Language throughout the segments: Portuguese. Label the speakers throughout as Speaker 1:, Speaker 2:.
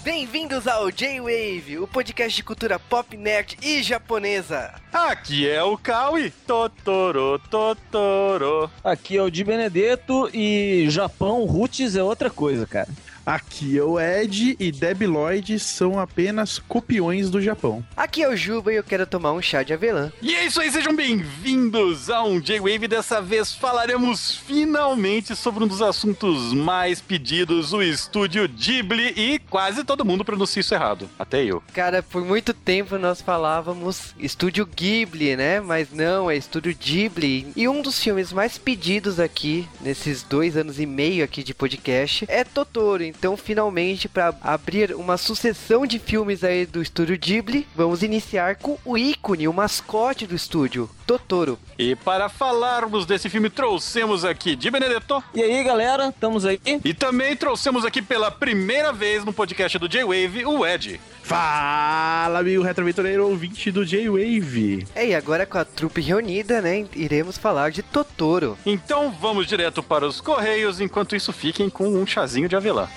Speaker 1: Bem-vindos ao J-Wave, o podcast de cultura pop, nerd e japonesa.
Speaker 2: Aqui é o Kawi, Totoro.
Speaker 3: Aqui é o Di Benedetto e Japão, roots é outra coisa, cara.
Speaker 4: Aqui é o Ed e Debi Lloyd são apenas copiões do Japão.
Speaker 1: Aqui é o Juba e eu quero tomar um chá de avelã.
Speaker 2: E é isso aí, sejam bem-vindos a um J-Wave. Dessa vez falaremos finalmente sobre um dos assuntos mais pedidos, o estúdio Ghibli, e quase todo mundo pronuncia isso errado, até eu.
Speaker 1: Cara, por muito tempo nós falávamos estúdio Ghibli, né? Mas não, é estúdio Ghibli. E um dos filmes mais pedidos aqui, nesses 2 anos e meio aqui de podcast, é Totoro. Então, finalmente, para abrir uma sucessão de filmes aí do estúdio Ghibli, vamos iniciar com o ícone, o mascote do estúdio, Totoro.
Speaker 2: E para falarmos desse filme, trouxemos aqui Di Benedetto.
Speaker 3: E aí, galera, estamos aí?
Speaker 2: E também trouxemos aqui pela primeira vez no podcast do J-Wave, o Ed.
Speaker 4: Fala, amigo retroaventureiro ouvinte do J-Wave.
Speaker 1: E agora com a trupe reunida, né, iremos falar de Totoro.
Speaker 2: Então, vamos direto para os Correios, enquanto isso fiquem com um chazinho de avelã.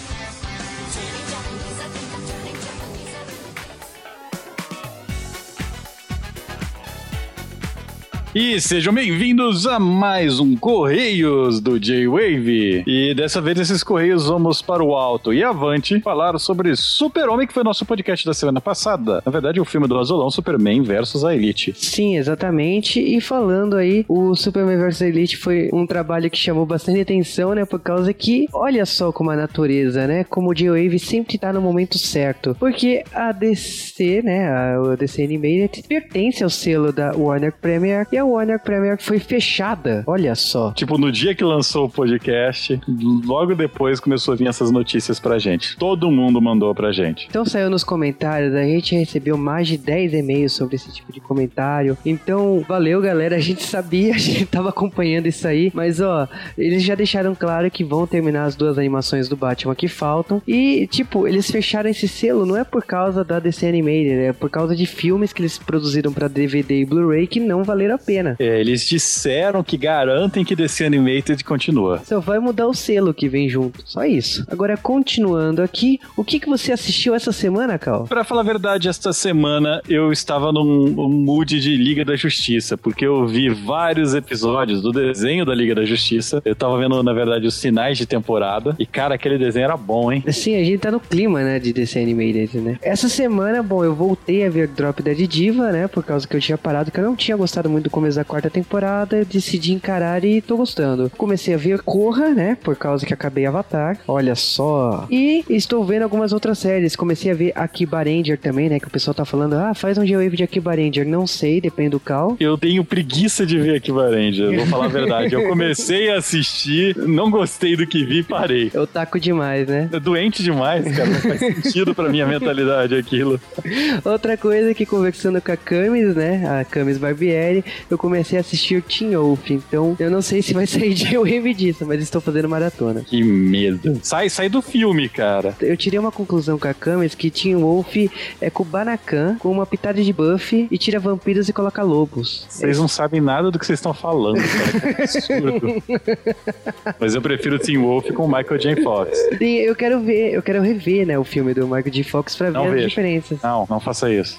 Speaker 2: E sejam bem-vindos a mais um Correios do J-Wave. E dessa vez esses Correios vamos para o alto e avante falar sobre Super-Homem, que foi nosso podcast da semana passada. Na verdade, o filme do Azulão, Superman versus a Elite.
Speaker 1: Sim, exatamente. E falando aí, o Superman versus a Elite foi um trabalho que chamou bastante atenção, né? Por causa que, olha só como a natureza, né? Como o J-Wave sempre tá no momento certo. Porque a DC, né? A DC Animated pertence ao selo da Warner Premiere e a Warner Premiere foi fechada, olha só.
Speaker 2: Tipo, no dia que lançou o podcast, logo depois começou a vir essas notícias pra gente. Todo mundo mandou pra gente.
Speaker 1: Então saiu nos comentários, a gente recebeu mais de 10 e-mails sobre esse tipo de comentário. Então, valeu, galera, a gente sabia, a gente tava acompanhando isso aí, mas ó, eles já deixaram claro que vão terminar as 2 animações do Batman que faltam. E, tipo, eles fecharam esse selo não é por causa da DC Animated, é por causa de filmes que eles produziram pra DVD e Blu-ray que não valeram a pena.
Speaker 2: Eles disseram que garantem que DC Animated continua.
Speaker 1: Só vai mudar o selo que vem junto, só isso. Agora, continuando aqui, o que você assistiu essa semana, Cal?
Speaker 2: Pra falar a verdade, esta semana eu estava num mood de Liga da Justiça, porque eu vi vários episódios do desenho da Liga da Justiça. Eu tava vendo, na verdade, os sinais de temporada, e cara, aquele desenho era bom, hein?
Speaker 1: Sim, a gente tá no clima, né, de DC Animated, né? Essa semana, bom, eu voltei a ver Drop Dead Diva, né, por causa que eu tinha parado, que eu não tinha gostado muito do começo da 4ª temporada, eu decidi encarar e tô gostando. Comecei a ver Korra, né, por causa que acabei Avatar, olha só. E estou vendo algumas outras séries, comecei a ver Akiba Ranger também, né, que o pessoal tá falando, faz um J-Wave de Akiba Ranger, não sei, depende do Cal.
Speaker 2: Eu tenho preguiça de ver Akiba Ranger, vou falar a verdade. Eu comecei a assistir, não gostei do que vi e parei.
Speaker 1: Eu taco demais, né?
Speaker 2: É doente demais, cara, não faz sentido pra minha mentalidade aquilo.
Speaker 1: Outra coisa que conversando com a Camis, né, a Camis Barbieri, eu comecei a assistir Teen Wolf, então eu não sei se vai sair de J-Wave disso, mas estou fazendo maratona.
Speaker 2: Que medo. Sai do filme, cara.
Speaker 1: Eu tirei uma conclusão com a Camis que Teen Wolf é Kubanacan com uma pitada de Buffy e tira vampiros e coloca lobos.
Speaker 2: Vocês não sabem nada do que vocês estão falando, cara. Que absurdo. Mas eu prefiro Teen Wolf com Michael J. Fox.
Speaker 1: Sim, eu quero rever, né, o filme do Michael J. Fox pra ver as diferenças.
Speaker 2: Não faça isso.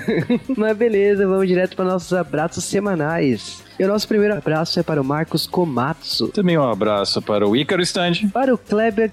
Speaker 1: Mas beleza, vamos direto para nossos abraços semanais. E o nosso primeiro abraço é para o Marcos Komatsu.
Speaker 2: Também um abraço para o Ícaro Stand.
Speaker 1: Para o Kleber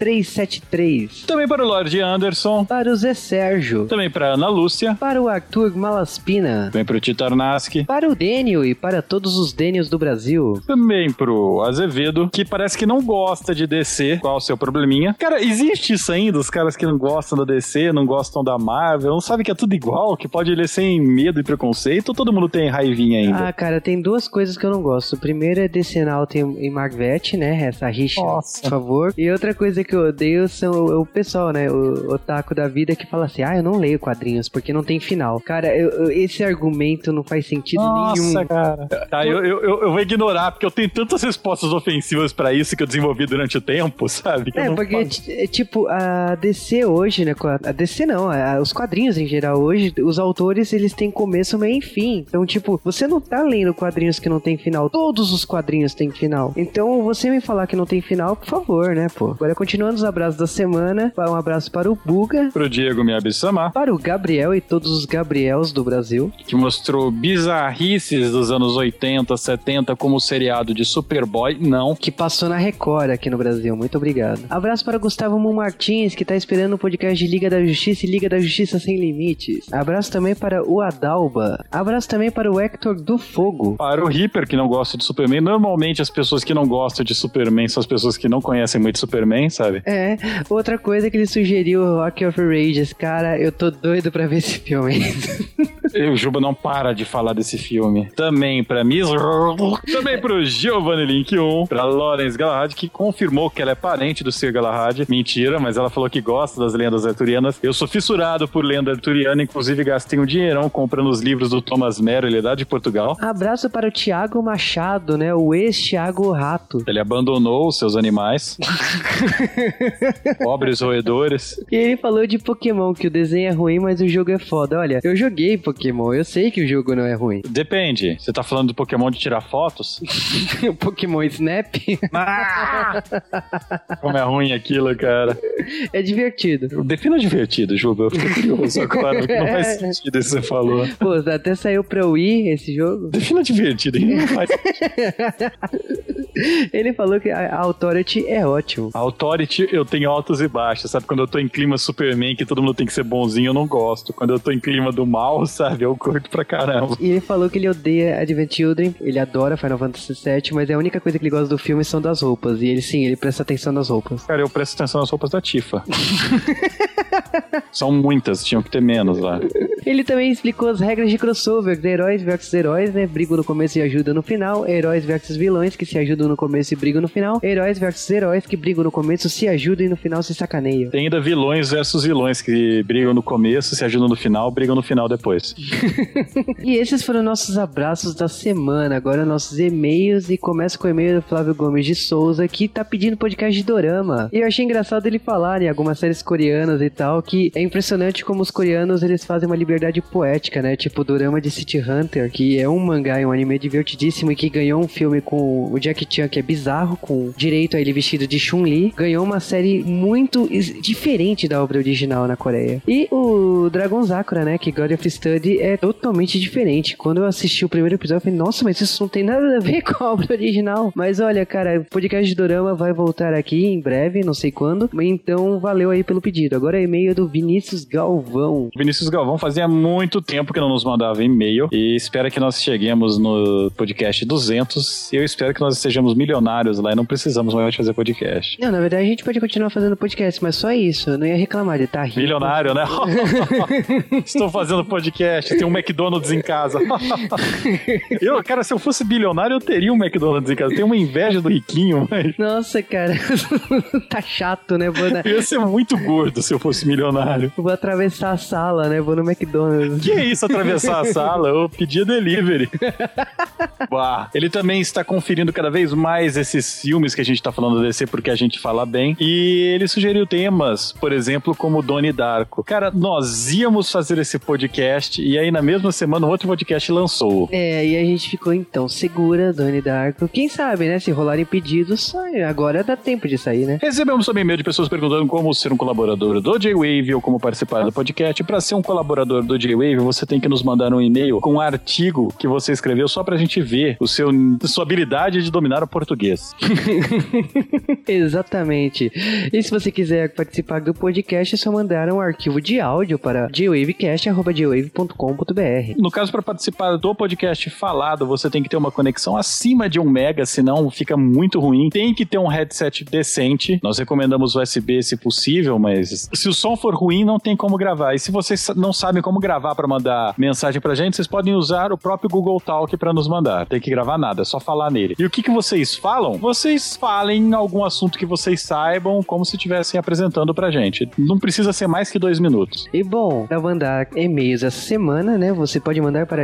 Speaker 1: 373.
Speaker 2: Também para o Lorde Anderson.
Speaker 1: Para o Zé Sérgio.
Speaker 2: Também para a Ana Lúcia.
Speaker 1: Para o Arthur Malaspina.
Speaker 2: Também para o Tito Arnaski.
Speaker 1: Para o Daniel e para todos os Daniels do Brasil.
Speaker 2: Também para o Azevedo, que parece que não gosta de DC. Qual o seu probleminha? Cara, existe isso ainda? Os caras que não gostam da DC, não gostam da Marvel, não sabem que é tudo igual, que pode ler sem medo e preconceito, ou todo mundo tem raivinha ainda?
Speaker 1: Cara, tem 2 coisas que eu não gosto. O primeiro é Decenalto e Marvete, né? Essa rixa,
Speaker 2: Nossa.
Speaker 1: por favor. E outra coisa que eu odeio são o pessoal, né? O otaku da vida que fala assim, eu não leio quadrinhos porque não tem final. Cara, esse argumento não faz sentido nenhum.
Speaker 2: Nossa, cara. Tá, eu vou ignorar, porque eu tenho tantas respostas ofensivas pra isso que eu desenvolvi durante o tempo, sabe?
Speaker 1: Porque, tipo, a DC hoje, né? A DC não, os quadrinhos em geral hoje, os autores, eles têm começo, meio e fim. Então, tipo, você não tá lendo quadrinhos que não não tem final. Todos os quadrinhos têm final. Então, você me falar que não tem final, por favor, né, pô? Agora, continuando os abraços da semana, um abraço para o Buga,
Speaker 2: Pro Diego Miyabi-sama,
Speaker 1: para o Gabriel e todos os Gabriels do Brasil,
Speaker 2: que mostrou bizarrices dos anos 80, 70, como o seriado de Superboy, não.
Speaker 1: que passou na Record aqui no Brasil. Muito obrigado. Abraço para Gustavo Mu Martins, que tá esperando o podcast de Liga da Justiça e Liga da Justiça Sem Limites. Abraço também para o Adalba. Abraço também para o Hector do Fogo.
Speaker 2: Para o Reaper, que não gosta de Superman. Normalmente as pessoas que não gostam de Superman são as pessoas que não conhecem muito Superman, sabe?
Speaker 1: É, outra coisa que ele sugeriu, Rock of Rages. Cara, eu tô doido pra ver esse filme.
Speaker 2: O Juba não para de falar desse filme. Também pra Miss... Também pro Giovanni Link 1. Pra Lawrence Galahad, que confirmou que ela é parente do Sir Galahad. Mentira, mas ela falou que gosta das lendas arturianas. Eu sou fissurado por lenda arturiana, inclusive gastei um dinheirão comprando os livros do Thomas Merrill, lá de Portugal.
Speaker 1: Abraço para o Thiago Machado, né? O ex-Thiago Rato.
Speaker 2: Ele abandonou os seus animais. Pobres roedores.
Speaker 1: E ele falou de Pokémon, que o desenho é ruim, mas o jogo é foda. Olha, eu joguei Pokémon, eu sei que o jogo não é ruim.
Speaker 2: Depende. Você tá falando do Pokémon de tirar fotos?
Speaker 1: O Pokémon Snap
Speaker 2: Como é ruim aquilo, cara.
Speaker 1: é divertido.
Speaker 2: Defina divertido, Juba. Eu fiquei curioso agora, porque não faz sentido isso que você falou.
Speaker 1: Pô, até saiu pra Wii esse jogo.
Speaker 2: Defina divertido, hein? Não faz
Speaker 1: Ele falou que a Authority é ótimo.
Speaker 2: A Authority, eu tenho altos e baixos, sabe? Quando eu tô em clima Superman, que todo mundo tem que ser bonzinho, eu não gosto. Quando eu tô em clima do mal, sabe? Eu curto pra caramba.
Speaker 1: E ele falou que ele odeia Advent Children, ele adora Final Fantasy VII, mas a única coisa que ele gosta do filme são das roupas. E ele, sim, ele presta atenção nas roupas.
Speaker 2: Cara, eu presto atenção nas roupas da Tifa. São muitas, tinham que ter menos lá.
Speaker 1: Ele também explicou as regras de crossover, de heróis versus heróis, né? Brigam no começo e ajudam no final. Heróis versus vilões, que se ajudam no começo e brigam no final. Heróis versus heróis, que brigam no começo, se ajudam e no final se sacaneiam.
Speaker 2: Tem ainda vilões versus vilões, que brigam no começo, se ajudam no final, brigam no final depois.
Speaker 1: E esses foram nossos abraços da semana. Agora nossos e-mails, e começa com o e-mail do Flávio Gomes de Souza, que tá pedindo podcast de dorama. E eu achei engraçado ele falar em algumas séries coreanas e tal, que é impressionante como os coreanos, eles fazem uma liberdade poética, né? Tipo o dorama de City Hunter, que é um mangá e um anime divertidíssimo e que ganhou um filme com o Jackie Chan, que é bizarro, com direito a ele vestido de Chun-Li. Ganhou uma série muito diferente da obra original na Coreia. E o Dragon Sakura, né? Que God of Study é totalmente diferente. Quando eu assisti o primeiro episódio, eu falei, nossa, mas isso não tem nada a ver com a obra original. Mas olha, cara, o podcast de dorama vai voltar aqui em breve, não sei quando. Então, valeu aí pelo pedido. Agora é e-mail do Vinícius Galvão.
Speaker 2: Vinícius Galvão fazia muito tempo que não nos mandava e-mail e espera que nós cheguemos no podcast 200 e eu espero que nós sejamos milionários lá e não precisamos mais fazer podcast.
Speaker 1: Não, na verdade a gente pode continuar fazendo podcast, mas só isso. Eu não ia reclamar de estar rico.
Speaker 2: Milionário, né? Estou fazendo podcast, tem um McDonald's em casa. Cara, se eu fosse bilionário, eu teria um McDonald's em casa. Tenho uma inveja do riquinho, mas...
Speaker 1: Nossa, cara. Tá chato, né?
Speaker 2: Eu ia ser muito gordo se eu fosse milionário.
Speaker 1: Vou atravessar a sala, né? Vou no McDonald's.
Speaker 2: Que isso, atravessar a sala? Eu pedia delivery. Bah. Ele também está conferindo cada vez mais esses filmes que a gente tá falando do DC porque a gente fala bem. E ele sugeriu temas, por exemplo, como Donnie Darko. Cara, nós íamos fazer esse podcast e aí na mesma semana um outro podcast lançou.
Speaker 1: É, e a gente ficou então segura, Donnie Darko. Quem sabe, né? Se rolarem pedidos, sai. Agora dá tempo de sair, né?
Speaker 2: Recebemos também e-mail de pessoas perguntando como ser um colaborador do J-Wave ou como participar do podcast. Para ser um colaborador do J-Wave, você tem que nos mandar um e-mail com um artigo que você escreveu só pra gente ver sua habilidade de dominar o português.
Speaker 1: Exatamente. E se você quiser participar do podcast, é só mandar um arquivo de áudio para jwavecast@jwave.com.br.
Speaker 2: No caso, para participar do podcast falado, você tem que ter uma conexão acima de 1 mega, senão fica muito ruim. Tem que ter um headset decente. Nós recomendamos USB se possível, mas se o som for ruim, não tem como gravar. E se vocês não sabem como gravar para mandar mensagem pra gente, vocês podem usar o próprio Google Talk para nos mandar. Tem que gravar nada, é só falar nele. E o que vocês falam? Vocês falem algum assunto que vocês saibam, como se estivessem apresentando pra gente. Não precisa ser mais que 2 minutos.
Speaker 1: E bom, para mandar e-mails essa semana, né, você pode mandar para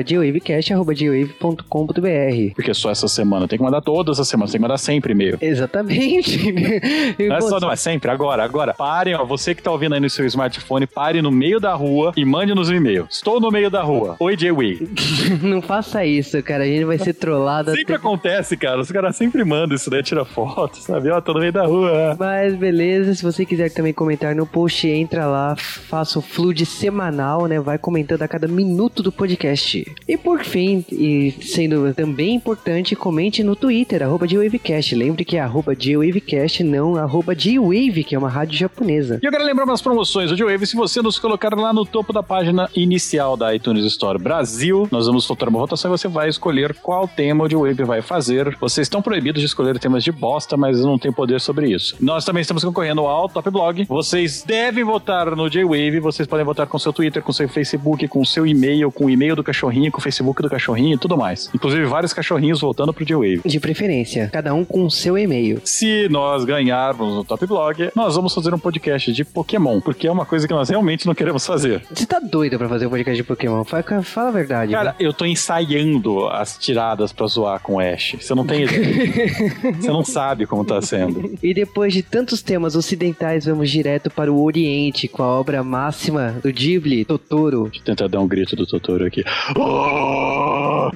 Speaker 1: jwavecast@jwave.com.br.
Speaker 2: Porque só essa semana, tem que mandar todas as semanas, tem que mandar sempre e-mail.
Speaker 1: Exatamente.
Speaker 2: Não é só, não é sempre, agora. Parem, ó, você que tá ouvindo aí no seu seu smartphone, pare no meio da rua e mande-nos um e-mail. Estou no meio da rua. Oi, J-Wave.
Speaker 1: Não faça isso, cara. A gente vai ser trollado.
Speaker 2: Sempre acontece, cara. Os caras sempre mandam isso daí, tira foto, sabe? Ó, tô no meio da rua.
Speaker 1: Mas beleza, se você quiser também comentar no post, entra lá, faça o flood semanal, né? Vai comentando a cada minuto do podcast. E por fim, e sendo também importante, comente no Twitter, @JWavecast. Lembre que é @JWavecast, não @JWave, que é uma rádio japonesa.
Speaker 2: E eu quero lembrar umas promoções do J-Wave. Se você nos colocar lá no topo da página inicial da iTunes Store Brasil, nós vamos soltar uma votação e você vai escolher qual tema o J-Wave vai fazer. Vocês estão proibidos de escolher temas de bosta, mas eu não tenho poder sobre isso. Nós também estamos concorrendo ao Top Blog. Vocês devem votar no J-Wave. Vocês podem votar com seu Twitter, com seu Facebook, com seu e-mail, com o e-mail do cachorrinho, com o Facebook do cachorrinho e tudo mais. Inclusive vários cachorrinhos voltando pro J-Wave.
Speaker 1: De preferência, cada um com o seu e-mail.
Speaker 2: Se nós ganharmos no Top Blog, nós vamos fazer um podcast de Pokémon, porque é uma coisa que nós realmente não queremos fazer.
Speaker 1: Você tá doido pra fazer um podcast de Pokémon? Fala a verdade.
Speaker 2: Cara,
Speaker 1: né?
Speaker 2: eu tô ensaiando as tiradas pra zoar com o Ash. Você não tem ideia. Você não sabe como tá sendo.
Speaker 1: E depois de tantos temas ocidentais, vamos direto para o Oriente com a obra máxima do Ghibli, Totoro.
Speaker 2: Deixa eu tentar dar um grito do Totoro aqui. Oh!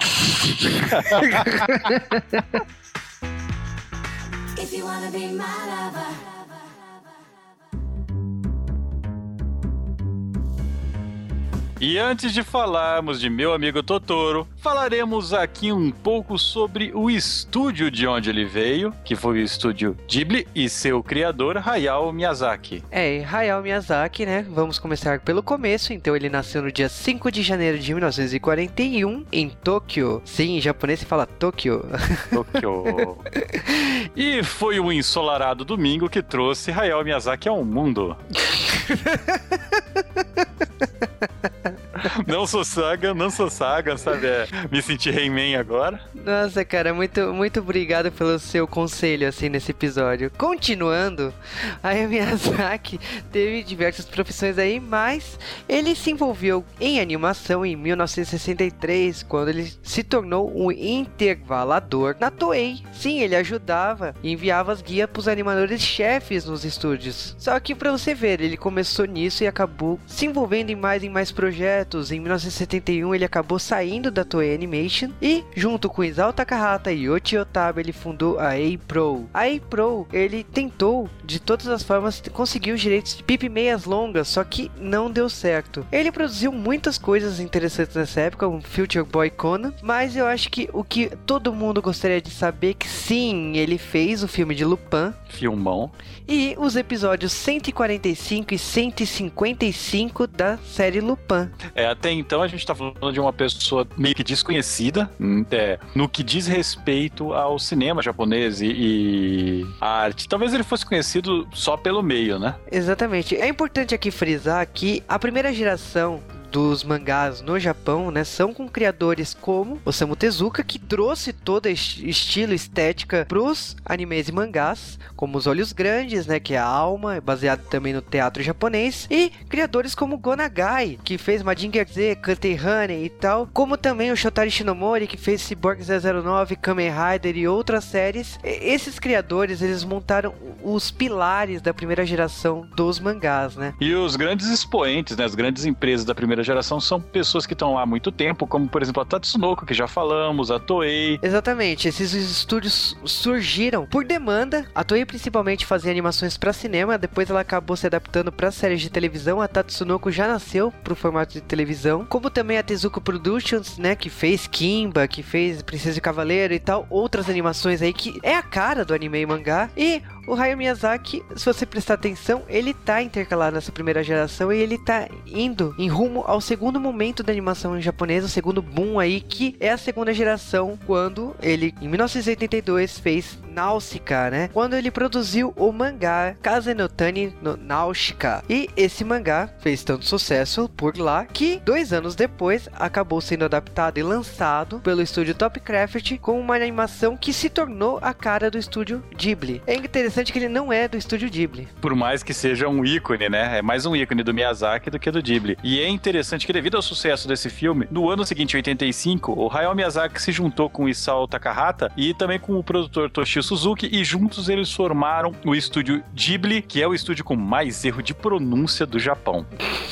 Speaker 5: If you wanna be my lover.
Speaker 2: E antes de falarmos de meu amigo Totoro, falaremos aqui um pouco sobre o estúdio de onde ele veio, que foi o estúdio Ghibli, e seu criador, Hayao Miyazaki.
Speaker 1: Hayao Miyazaki, né? Vamos começar pelo começo. Então ele nasceu no dia 5 de janeiro de 1941, em Tóquio. Sim, em japonês se fala Tóquio.
Speaker 2: Tóquio. E foi um ensolarado domingo que trouxe Hayao Miyazaki ao mundo. Não sou saga, sabe? Me senti He-Man agora.
Speaker 1: Nossa, cara, muito obrigado pelo seu conselho, assim, nesse episódio. Continuando, a Miyazaki teve diversas profissões aí, mas ele se envolveu em animação em 1963, quando ele se tornou um intervalador na Toei. Sim, ele ajudava e enviava as guias pros animadores-chefes nos estúdios. Só que pra você ver, ele começou nisso e acabou se envolvendo em mais projetos. Em 1971 ele acabou saindo da Toei Animation e junto com Isao Takahata e Yoichi Otaba ele fundou a A-Pro. A A-Pro, ele tentou de todas as formas conseguir os direitos de Pipi Meias Longas, só que não deu certo. Ele produziu muitas coisas interessantes nessa época, um Future Boy Conan, mas eu acho que o que todo mundo gostaria de saber é que sim, ele fez o filme de Lupin.
Speaker 2: Filmão.
Speaker 1: E os episódios 145 e 155 da série Lupin.
Speaker 2: Até então a gente tá falando de uma pessoa meio que desconhecida, no que diz respeito ao cinema japonês e a arte. Talvez ele fosse conhecido só pelo meio, né?
Speaker 1: Exatamente. É importante aqui frisar que a primeira geração dos mangás no Japão, né, são com criadores como Osamu Tezuka, que trouxe todo estilo, estética pros animes e mangás, como Os Olhos Grandes, né, que é a alma, baseado também no teatro japonês, e criadores como Go Nagai, que fez Mazinger Z, Kantei Honey e tal, como também o Shotari Shinomori, que fez Cyborg 009, Kamen Rider e outras séries. Esses criadores, eles montaram os pilares da primeira geração dos mangás, né?
Speaker 2: E os grandes expoentes, né, as grandes empresas da primeira geração são pessoas que estão lá há muito tempo, como por exemplo a Tatsunoko, que já falamos, a Toei.
Speaker 1: Exatamente, esses estúdios surgiram por demanda. A Toei principalmente fazia animações para cinema, depois ela acabou se adaptando para séries de televisão. A Tatsunoko já nasceu pro formato de televisão, como também a Tezuka Productions, né, que fez Kimba, que fez Princesa e Cavaleiro e tal, outras animações aí que é a cara do anime e mangá. E o Hayao Miyazaki, se você prestar atenção, ele tá intercalado nessa primeira geração e ele tá indo em rumo ao segundo momento da animação japonesa, o segundo boom aí, que é a segunda geração, quando ele, em 1982, fez Nausicaa, né? Quando ele produziu o mangá Kazenotani no Nausicaa. E esse mangá fez tanto sucesso por lá, que 2 anos depois acabou sendo adaptado e lançado pelo estúdio Topcraft com uma animação que se tornou a cara do estúdio Ghibli. É interessante interessante que ele não é do estúdio Ghibli.
Speaker 2: Por mais que seja um ícone, né? É mais um ícone do Miyazaki do que do Ghibli. E é interessante que devido ao sucesso desse filme, no ano seguinte, 85, o Hayao Miyazaki se juntou com Isao Takahata e também com o produtor Toshio Suzuki, e juntos eles formaram o estúdio Ghibli, que é o estúdio com mais erro de pronúncia do Japão.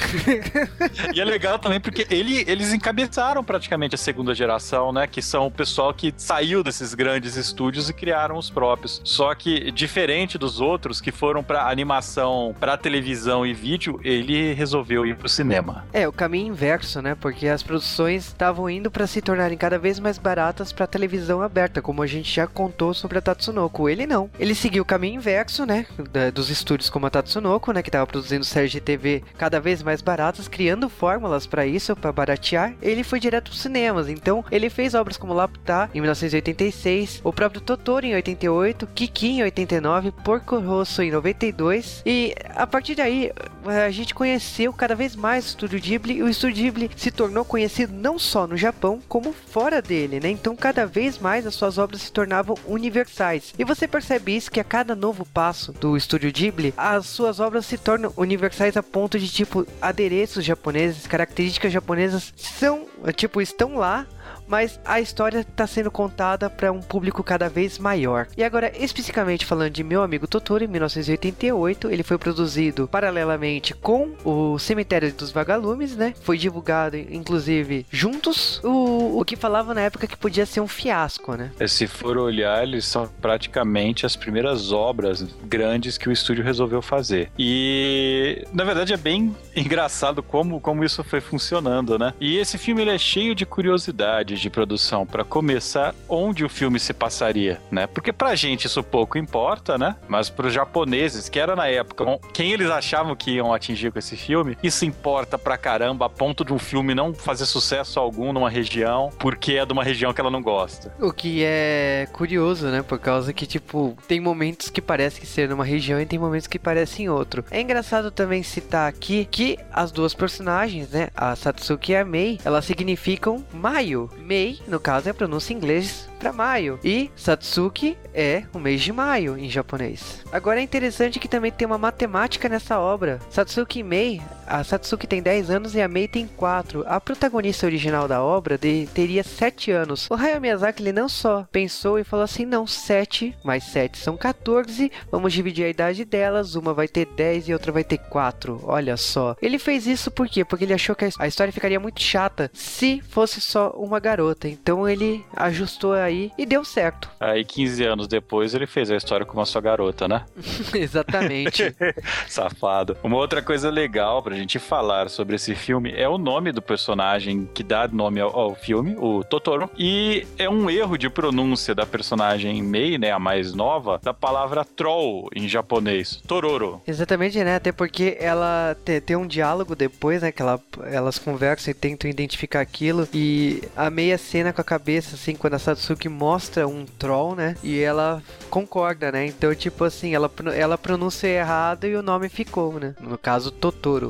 Speaker 2: E é legal também porque eles encabeçaram praticamente a segunda geração, né? Que são o pessoal que saiu desses grandes estúdios e criaram os próprios. Só que, diferente dos outros que foram pra animação, pra televisão e vídeo, ele resolveu ir pro cinema.
Speaker 1: É, o caminho inverso, né? Porque as produções estavam indo pra se tornarem cada vez mais baratas pra televisão aberta, como a gente já contou sobre a Tatsunoko. Ele não. Ele seguiu o caminho inverso, né? Dos estúdios como a Tatsunoko, né? Que tava produzindo séries de TV cada vez mais baratas, criando fórmulas pra isso, pra baratear. Ele foi direto pros cinemas. Então, ele fez obras como Laputa, em 1986, o próprio Totoro, em 88, Kiki, em 89, Porco Rosso, em 92. E, a partir daí, a gente conheceu cada vez mais o Estúdio Ghibli, e o Estúdio Ghibli se tornou conhecido não só no Japão, como fora dele, né? Então, cada vez mais as suas obras se tornavam universais. E você percebe isso, que a cada novo passo do Estúdio Ghibli, as suas obras se tornam universais a ponto de, tipo, adereços japoneses, características japonesas estão lá, mas a história está sendo contada para um público cada vez maior. E agora, especificamente falando de Meu Amigo Totoro, em 1988, ele foi produzido paralelamente com o Cemitério dos Vagalumes, né? Foi divulgado, inclusive, juntos, o que falava na época que podia ser um fiasco, né?
Speaker 2: Se for olhar, eles são praticamente as primeiras obras grandes que o estúdio resolveu fazer. E, na verdade, é bem engraçado como isso foi funcionando, né? E esse filme, ele é cheio de curiosidades de produção. Para começar, onde o filme se passaria, né? Porque pra gente isso pouco importa, né? Mas pros japoneses, que era na época quem eles achavam que iam atingir com esse filme, isso importa pra caramba, a ponto de um filme não fazer sucesso algum numa região, porque é de uma região que ela não gosta.
Speaker 1: O que é curioso, né? Por causa que, tipo, tem momentos que parece que ser numa região e tem momentos que parecem em outro. É engraçado também citar aqui que as duas personagens, né? A Satsuki e a Mei, elas significam maio. Mei, no caso, é a pronúncia em inglês para maio. E Satsuki é o mês de maio em japonês. Agora é interessante que também tem uma matemática nessa obra. Satsuki e Mei, a Satsuki tem 10 anos e a Mei tem 4. A protagonista original da obra teria 7 anos. O Hayao Miyazaki, ele não só pensou e falou assim, não, 7 mais 7 são 14, vamos dividir a idade delas, uma vai ter 10 e outra vai ter 4. Olha só. Ele fez isso por quê? Porque ele achou que a história ficaria muito chata se fosse só uma garota. Então ele ajustou aí e deu certo.
Speaker 2: Aí 15 anos depois ele fez a história com uma só garota, né?
Speaker 1: Exatamente.
Speaker 2: Safado. Uma outra coisa legal pra gente falar sobre esse filme é o nome do personagem que dá nome ao filme, o Totoro. E é um erro de pronúncia da personagem Mei, né, a mais nova, da palavra troll em japonês, Tororo.
Speaker 1: Exatamente, né? Até porque ela tem um diálogo depois, né, que elas conversam e tentam identificar aquilo, e a Mei acena com a cabeça, assim, quando a Satsuki mostra um troll, né? E ela concorda, né? Então, tipo assim, ela pronuncia errado e o nome ficou, né? No caso, Totoro.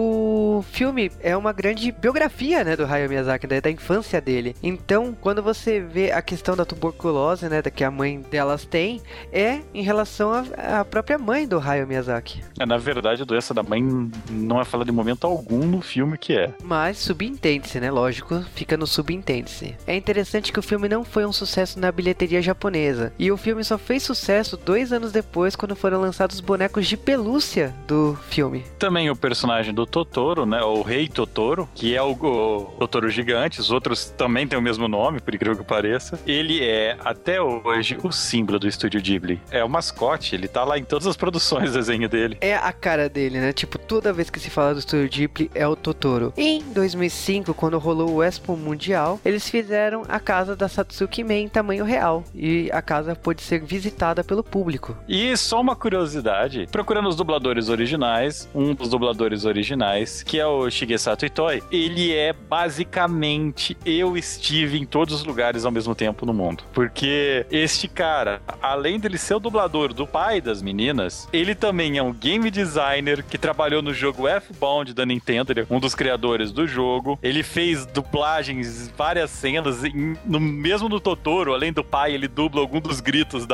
Speaker 1: O filme é uma grande biografia, né, do Hayao Miyazaki, da infância dele. Então, quando você vê a questão da tuberculose, né, que a mãe delas tem, é em relação à própria mãe do Hayao Miyazaki.
Speaker 2: Na verdade, a doença da mãe não é falada em momento algum no filme que é.
Speaker 1: Mas subentende-se, né, lógico, fica no subentende-se. É interessante que o filme não foi um sucesso na bilheteria japonesa. E o filme só fez sucesso 2 anos depois, quando foram lançados os bonecos de pelúcia do filme.
Speaker 2: Também o personagem do Totoro, né, o Rei Totoro, que é o Totoro gigante, os outros também têm o mesmo nome, por incrível que pareça. Ele é, até hoje, o símbolo do estúdio Ghibli. É o mascote, ele tá lá em todas as produções do desenho dele.
Speaker 1: É a cara dele, né? Tipo, toda vez que se fala do estúdio Ghibli, é o Totoro. Em 2005, quando rolou o Expo Mundial, eles fizeram a casa da Satsuki Mei em tamanho real. E a casa pôde ser visitada pelo público.
Speaker 2: E só uma curiosidade, procurando os dubladores originais, um dos dubladores originais, que é o Shigesato Itoi, ele é basicamente eu estive em todos os lugares ao mesmo tempo no mundo. Porque este cara, além dele ser o dublador do pai das meninas, ele também é um game designer que trabalhou no jogo F-Bound da Nintendo, ele é um dos criadores do jogo. Ele fez dublagens, várias cenas, mesmo no Totoro, além do pai, ele dubla algum dos gritos da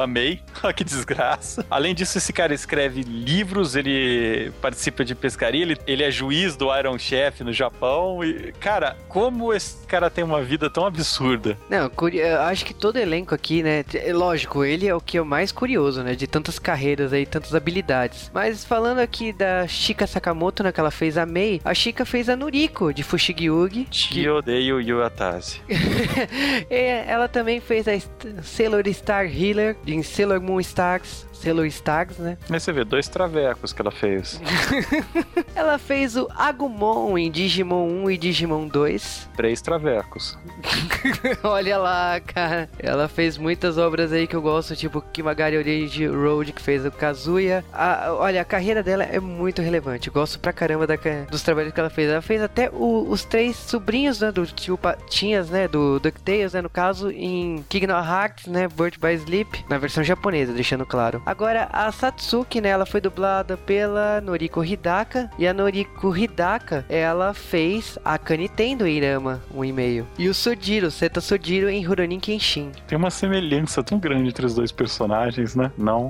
Speaker 2: Mei. Olha que desgraça. Além disso, esse cara escreve livros, ele participa de pescaria, ele é juiz do Iron Chef no Japão. E, cara, como esse cara tem uma vida tão absurda?
Speaker 1: Não, eu acho que todo elenco aqui, né? Lógico, ele é o que é o mais curioso, né? De tantas carreiras aí, tantas habilidades. Mas falando aqui da Shika Sakamoto, né? Que ela fez a Mei, a Shika fez a Noriko, de Fushigi-Yugi.
Speaker 2: Que odeio Yuatase.
Speaker 1: Ela também fez a Sailor Star Healer em Sailor Moon Stars. Sailor Stars, né?
Speaker 2: Mas você vê, 2 travecos que ela fez.
Speaker 1: Ela fez o Agumon em Digimon 1 e Digimon 2.
Speaker 2: 3 travecos.
Speaker 1: Olha lá, cara. Ela fez muitas obras aí que eu gosto, tipo Kimagari Origin Road, que fez o Kazuya. Olha, a carreira dela é muito relevante. Eu gosto pra caramba dos trabalhos que ela fez. Ela fez até os 3 sobrinhos, né, do tio Patinhas, né, do DuckTales, né, no caso, em Kingdom Hearts, né, Birth by Sleep, na versão japonesa, deixando claro. Agora, a Satsuki, né, ela foi dublada pela Noriko Hidaka, e a Noriko Hidaka, ela fez a Kaniten do Irama, 1,5. E o Sojiro, Seta Sojiro em Rurouni Kenshin.
Speaker 2: Tem uma semelhança tão grande entre os 2 personagens, né? Não.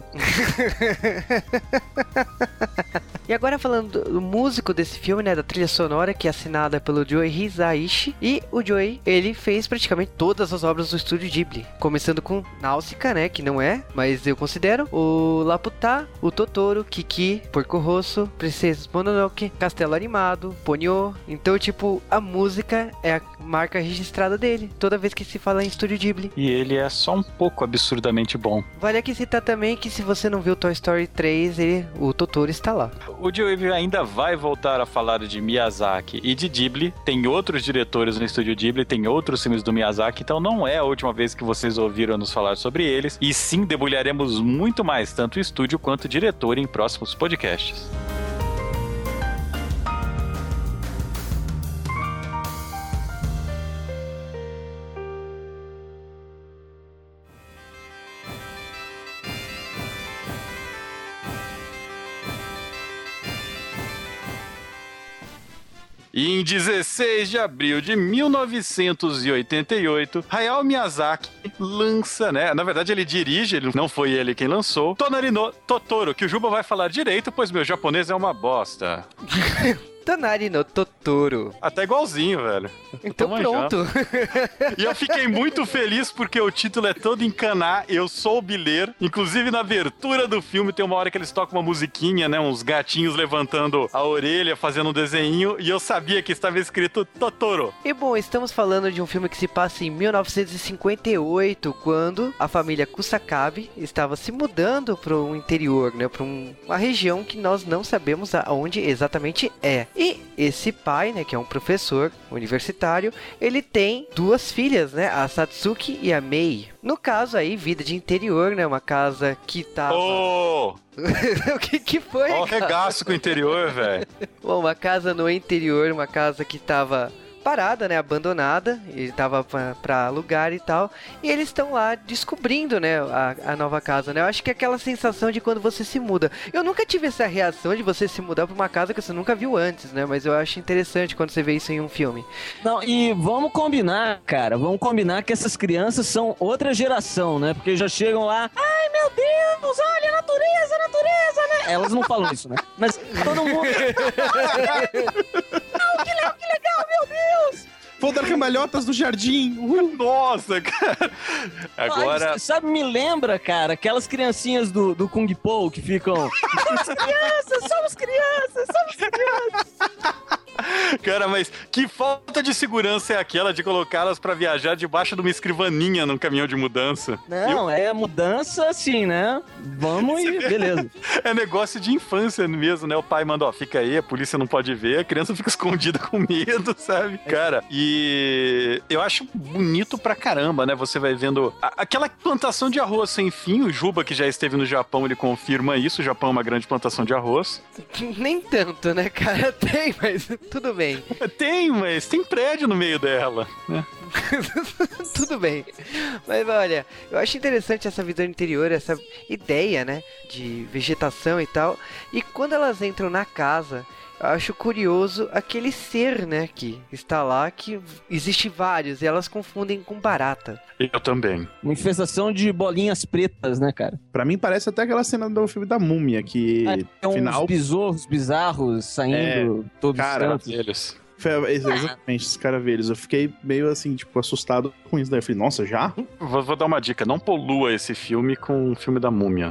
Speaker 1: E agora falando do músico desse filme, né, da trilha sonora, que é assinada pelo Joe Hisaishi. E o Joe, ele fez praticamente todas as obras do estúdio Ghibli. Começando com Náusica, né, que não é, mas eu considero. O Laputa, o Totoro, Kiki, Porco Rosso, Princesa Mononoke, Castelo Animado, Ponyo. Então, tipo, a música é a marca registrada dele, toda vez que se fala em estúdio Ghibli.
Speaker 2: E ele é só um pouco absurdamente bom.
Speaker 1: Vale aqui citar também que se você não viu Toy Story 3, o Totoro está lá.
Speaker 2: O Joe ainda vai voltar a falar de Miyazaki e de Ghibli. Tem outros diretores no estúdio Ghibli, tem outros filmes do Miyazaki, então não é a última vez que vocês ouviram nos falar sobre eles. E sim, debulharemos muito mais, tanto o estúdio quanto o diretor, em próximos podcasts. E em 16 de abril de 1988, Hayao Miyazaki lança, né? Na verdade, ele dirige, não foi ele quem lançou, Tonari no Totoro, que o Juba vai falar direito, pois meu japonês é uma bosta.
Speaker 1: Tonari no Totoro.
Speaker 2: Até igualzinho, velho.
Speaker 1: Então pronto.
Speaker 2: E eu fiquei muito feliz porque o título é todo em kaná, eu soube ler. Inclusive, na abertura do filme, tem uma hora que eles tocam uma musiquinha, né? Uns gatinhos levantando a orelha, fazendo um desenho. E eu sabia que estava escrito Totoro.
Speaker 1: E bom, estamos falando de um filme que se passa em 1958, quando a família Kusakabe estava se mudando para o interior, né? Para uma região que nós não sabemos aonde exatamente é. E esse pai, né, que é um professor universitário, ele tem 2 filhas, né, a Satsuki e a Mei. No caso aí, vida de interior, né, uma casa que tava...
Speaker 2: Oh!
Speaker 1: O que foi,
Speaker 2: Olha o regaço com o interior, velho.
Speaker 1: Bom, uma casa no interior, uma casa que tava parada, né, abandonada, e tava pra alugar e tal, e eles estão lá descobrindo, né, a nova casa, né, eu acho que é aquela sensação de quando você se muda. Eu nunca tive essa reação de você se mudar pra uma casa que você nunca viu antes, né, mas eu acho interessante quando você vê isso em um filme.
Speaker 3: Não, e vamos combinar, cara, que essas crianças são outra geração, né, porque já chegam lá, ai meu Deus, olha a natureza, né, elas não falam isso, né, mas todo mundo... Não, que legal, meu Deus!
Speaker 4: Vou dar cambalhotas do jardim.
Speaker 2: Nossa, cara. Agora...
Speaker 3: Ai, sabe, me lembra, cara, aquelas criancinhas do Kung Po que ficam... Somos crianças.
Speaker 2: Cara, mas que falta de segurança é aquela de colocá-las pra viajar debaixo de uma escrivaninha num caminhão de mudança?
Speaker 3: Não, é mudança assim, né? Vamos e beleza.
Speaker 2: É negócio de infância mesmo, né? O pai manda, ó, fica aí, a polícia não pode ver, a criança fica escondida com medo, sabe? Cara, e eu acho bonito pra caramba, né? Você vai vendo aquela plantação de arroz sem fim, o Juba, que já esteve no Japão, ele confirma isso, o Japão é uma grande plantação de arroz.
Speaker 1: Nem tanto, né, cara? Tem, mas tudo bem.
Speaker 2: Tem, mas tem prédio no meio dela, né?
Speaker 1: Tudo bem. Mas olha, eu acho interessante essa visão interior, essa ideia, né, de vegetação e tal. E quando elas entram na casa, acho curioso aquele ser, né, que está lá, que existe vários, e elas confundem com barata.
Speaker 2: Eu também.
Speaker 3: Uma infestação de bolinhas pretas, né, cara?
Speaker 4: Pra mim parece até aquela cena do filme da Múmia, que
Speaker 3: Tem
Speaker 4: final...
Speaker 3: uns besouros bizarros saindo todos
Speaker 4: cara,
Speaker 3: os cantos.
Speaker 2: Eles.
Speaker 4: Exatamente, esses caravelhos. Eu fiquei meio assim, tipo, assustado com isso daí. Eu falei, nossa, já?
Speaker 2: Vou dar uma dica, não polua esse filme com o filme da Múmia.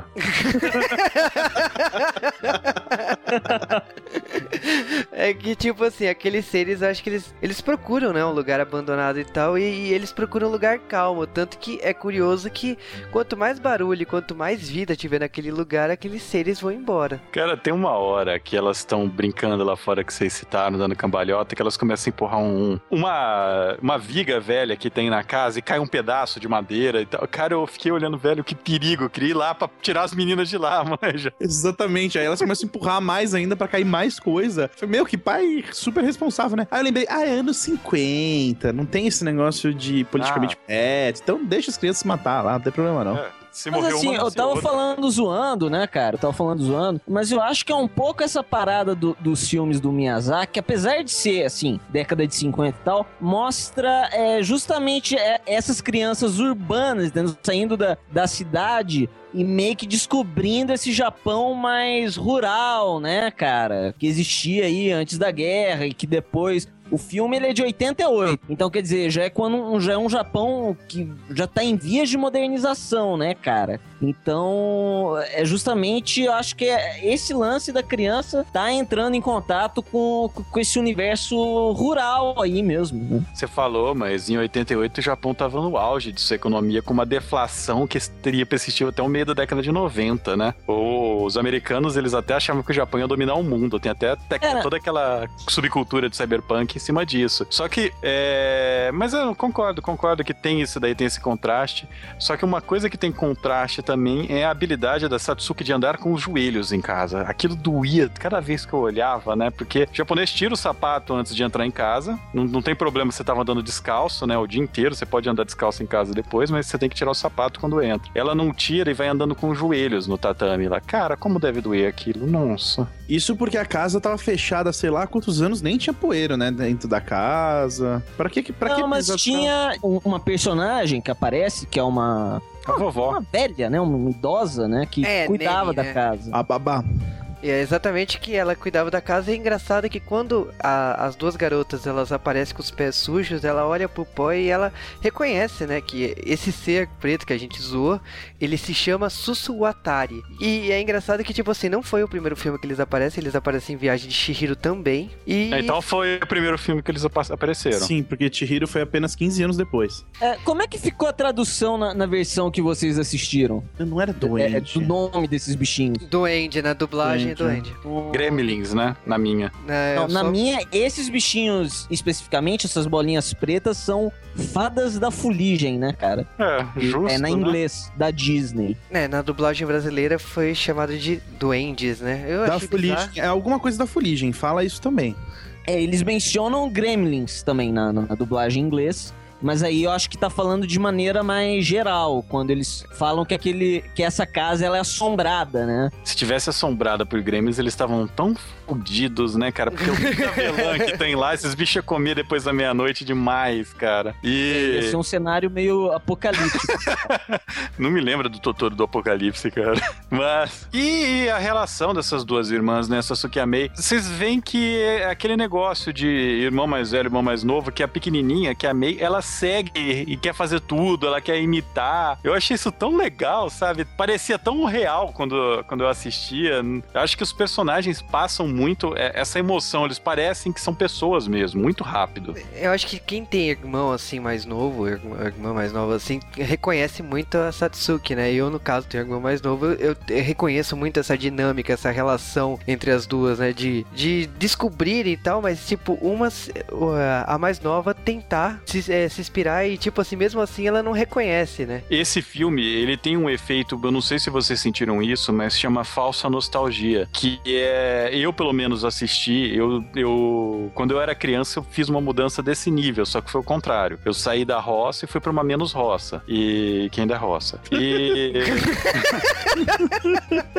Speaker 1: É que, tipo assim, aqueles seres, acho que eles procuram, né, um lugar abandonado e tal, e eles procuram um lugar calmo. Tanto que é curioso que quanto mais barulho, quanto mais vida tiver naquele lugar, aqueles seres vão embora.
Speaker 2: Cara, tem uma hora que elas estão brincando lá fora que vocês citaram, dando cambalhota, que elas começam a empurrar uma viga velha que tem na casa e cai um pedaço de madeira e tal. Cara, eu fiquei olhando, velho, que perigo. Eu queria ir lá pra tirar as meninas de lá, manja.
Speaker 4: Exatamente. Aí elas começam a empurrar mais ainda pra cair mais coisa. Falei, meu, que pai super responsável, né? Aí eu lembrei, é anos 50, não tem esse negócio de politicamente correto, então deixa as crianças se matar lá, não tem problema não.
Speaker 2: Se
Speaker 3: Mas
Speaker 2: morreu
Speaker 3: assim,
Speaker 2: uma,
Speaker 3: eu tava falando zoando, né, cara? Eu tava falando zoando, mas eu acho que é um pouco essa parada dos filmes do Miyazaki, apesar de ser, assim, década de 50 e tal, mostra justamente essas crianças urbanas, entendeu? Saindo da cidade e meio que descobrindo esse Japão mais rural, né, cara? Que existia aí antes da guerra e que depois... O filme ele é de 88, então quer dizer, já é um Japão que já tá em vias de modernização, né, cara? Então, é justamente, eu acho que esse lance da criança tá entrando em contato com esse universo rural aí mesmo, né?
Speaker 2: Você falou, mas em 88 o Japão tava no auge de sua economia, com uma deflação que teria persistido até o meio da década de 90, né? Os americanos, eles até achavam que o Japão ia dominar o mundo, tem até toda aquela subcultura de cyberpunk em cima disso. Só que, mas eu concordo que tem isso daí, tem esse contraste. Só que uma coisa que tem contraste também é a habilidade da Satsuki de andar com os joelhos em casa. Aquilo doía cada vez que eu olhava, né? Porque o japonês tira o sapato antes de entrar em casa. Não tem problema se você tava andando descalço, né? O dia inteiro, você pode andar descalço em casa depois, mas você tem que tirar o sapato quando entra. Ela não tira e vai andando com os joelhos no tatame lá. Cara, como deve doer aquilo? Nossa.
Speaker 4: Isso porque a casa tava fechada, sei lá, há quantos anos, nem tinha poeira, né? Dentro da casa. Pra que
Speaker 3: mas tinha uma personagem que aparece, que é uma
Speaker 2: vovó.
Speaker 3: Uma velha, né? Uma idosa, né? Que cuidava da casa.
Speaker 4: A babá.
Speaker 1: E é exatamente que ela cuidava da casa. E é engraçado que quando as duas garotas elas aparecem com os pés sujos, ela olha pro pó e ela reconhece, né, que esse ser preto que a gente zoou, ele se chama Susuwatari. E é engraçado que, tipo assim, não foi o primeiro filme que eles aparecem em Viagem de Chihiro também.
Speaker 2: Então foi o primeiro filme que eles apareceram.
Speaker 4: Sim, porque Chihiro foi apenas 15 anos depois.
Speaker 3: Como é que ficou a tradução na versão que vocês assistiram?
Speaker 4: Não era Duende.
Speaker 3: Do nome desses bichinhos.
Speaker 1: Duende, na dublagem Duende.
Speaker 2: Gremlins, né? Na minha.
Speaker 3: Na minha, esses bichinhos, especificamente, essas bolinhas pretas, são fadas da fuligem, né, cara?
Speaker 2: Justo,
Speaker 3: na inglês, da Disney.
Speaker 1: Na dublagem brasileira foi chamado de duendes, né?
Speaker 4: Da fuligem, é alguma coisa da fuligem, fala isso também.
Speaker 3: Eles mencionam gremlins também na dublagem em inglês. Mas aí eu acho que tá falando de maneira mais geral, quando eles falam que essa casa ela é assombrada, né? Se
Speaker 2: tivesse assombrada por gremlins, eles estavam tão fodidos, né, cara? Porque o cabelão que tem lá, esses bichos comiam depois da meia-noite demais, cara.
Speaker 3: Ia ser um cenário meio apocalíptico.
Speaker 2: Não me lembra do Totoro do Apocalipse, cara. Mas... E a relação dessas duas irmãs, né, Sasuke e a Mei? Vocês veem que é aquele negócio de irmão mais velho, irmão mais novo, que a pequenininha, que a Mei, ela segue e quer fazer tudo, ela quer imitar. Eu achei isso tão legal, sabe? Parecia tão real quando eu assistia. Eu acho que os personagens passam muito essa emoção, eles parecem que são pessoas mesmo, muito rápido.
Speaker 1: Eu acho que quem tem irmão assim mais novo, irmã mais nova assim, reconhece muito a Satsuki, né? Eu, no caso, tenho irmão mais novo, eu reconheço muito essa dinâmica, essa relação entre as duas, né? De descobrir e tal, mas tipo, a mais nova tentar se inspirar e, tipo assim, mesmo assim ela não reconhece, né?
Speaker 2: Esse filme, ele tem um efeito, eu não sei se vocês sentiram isso, mas chama falsa nostalgia, que eu pelo menos assisti, quando eu era criança eu fiz uma mudança desse nível, só que foi o contrário. Eu saí da roça e fui pra uma menos roça, e que ainda é roça.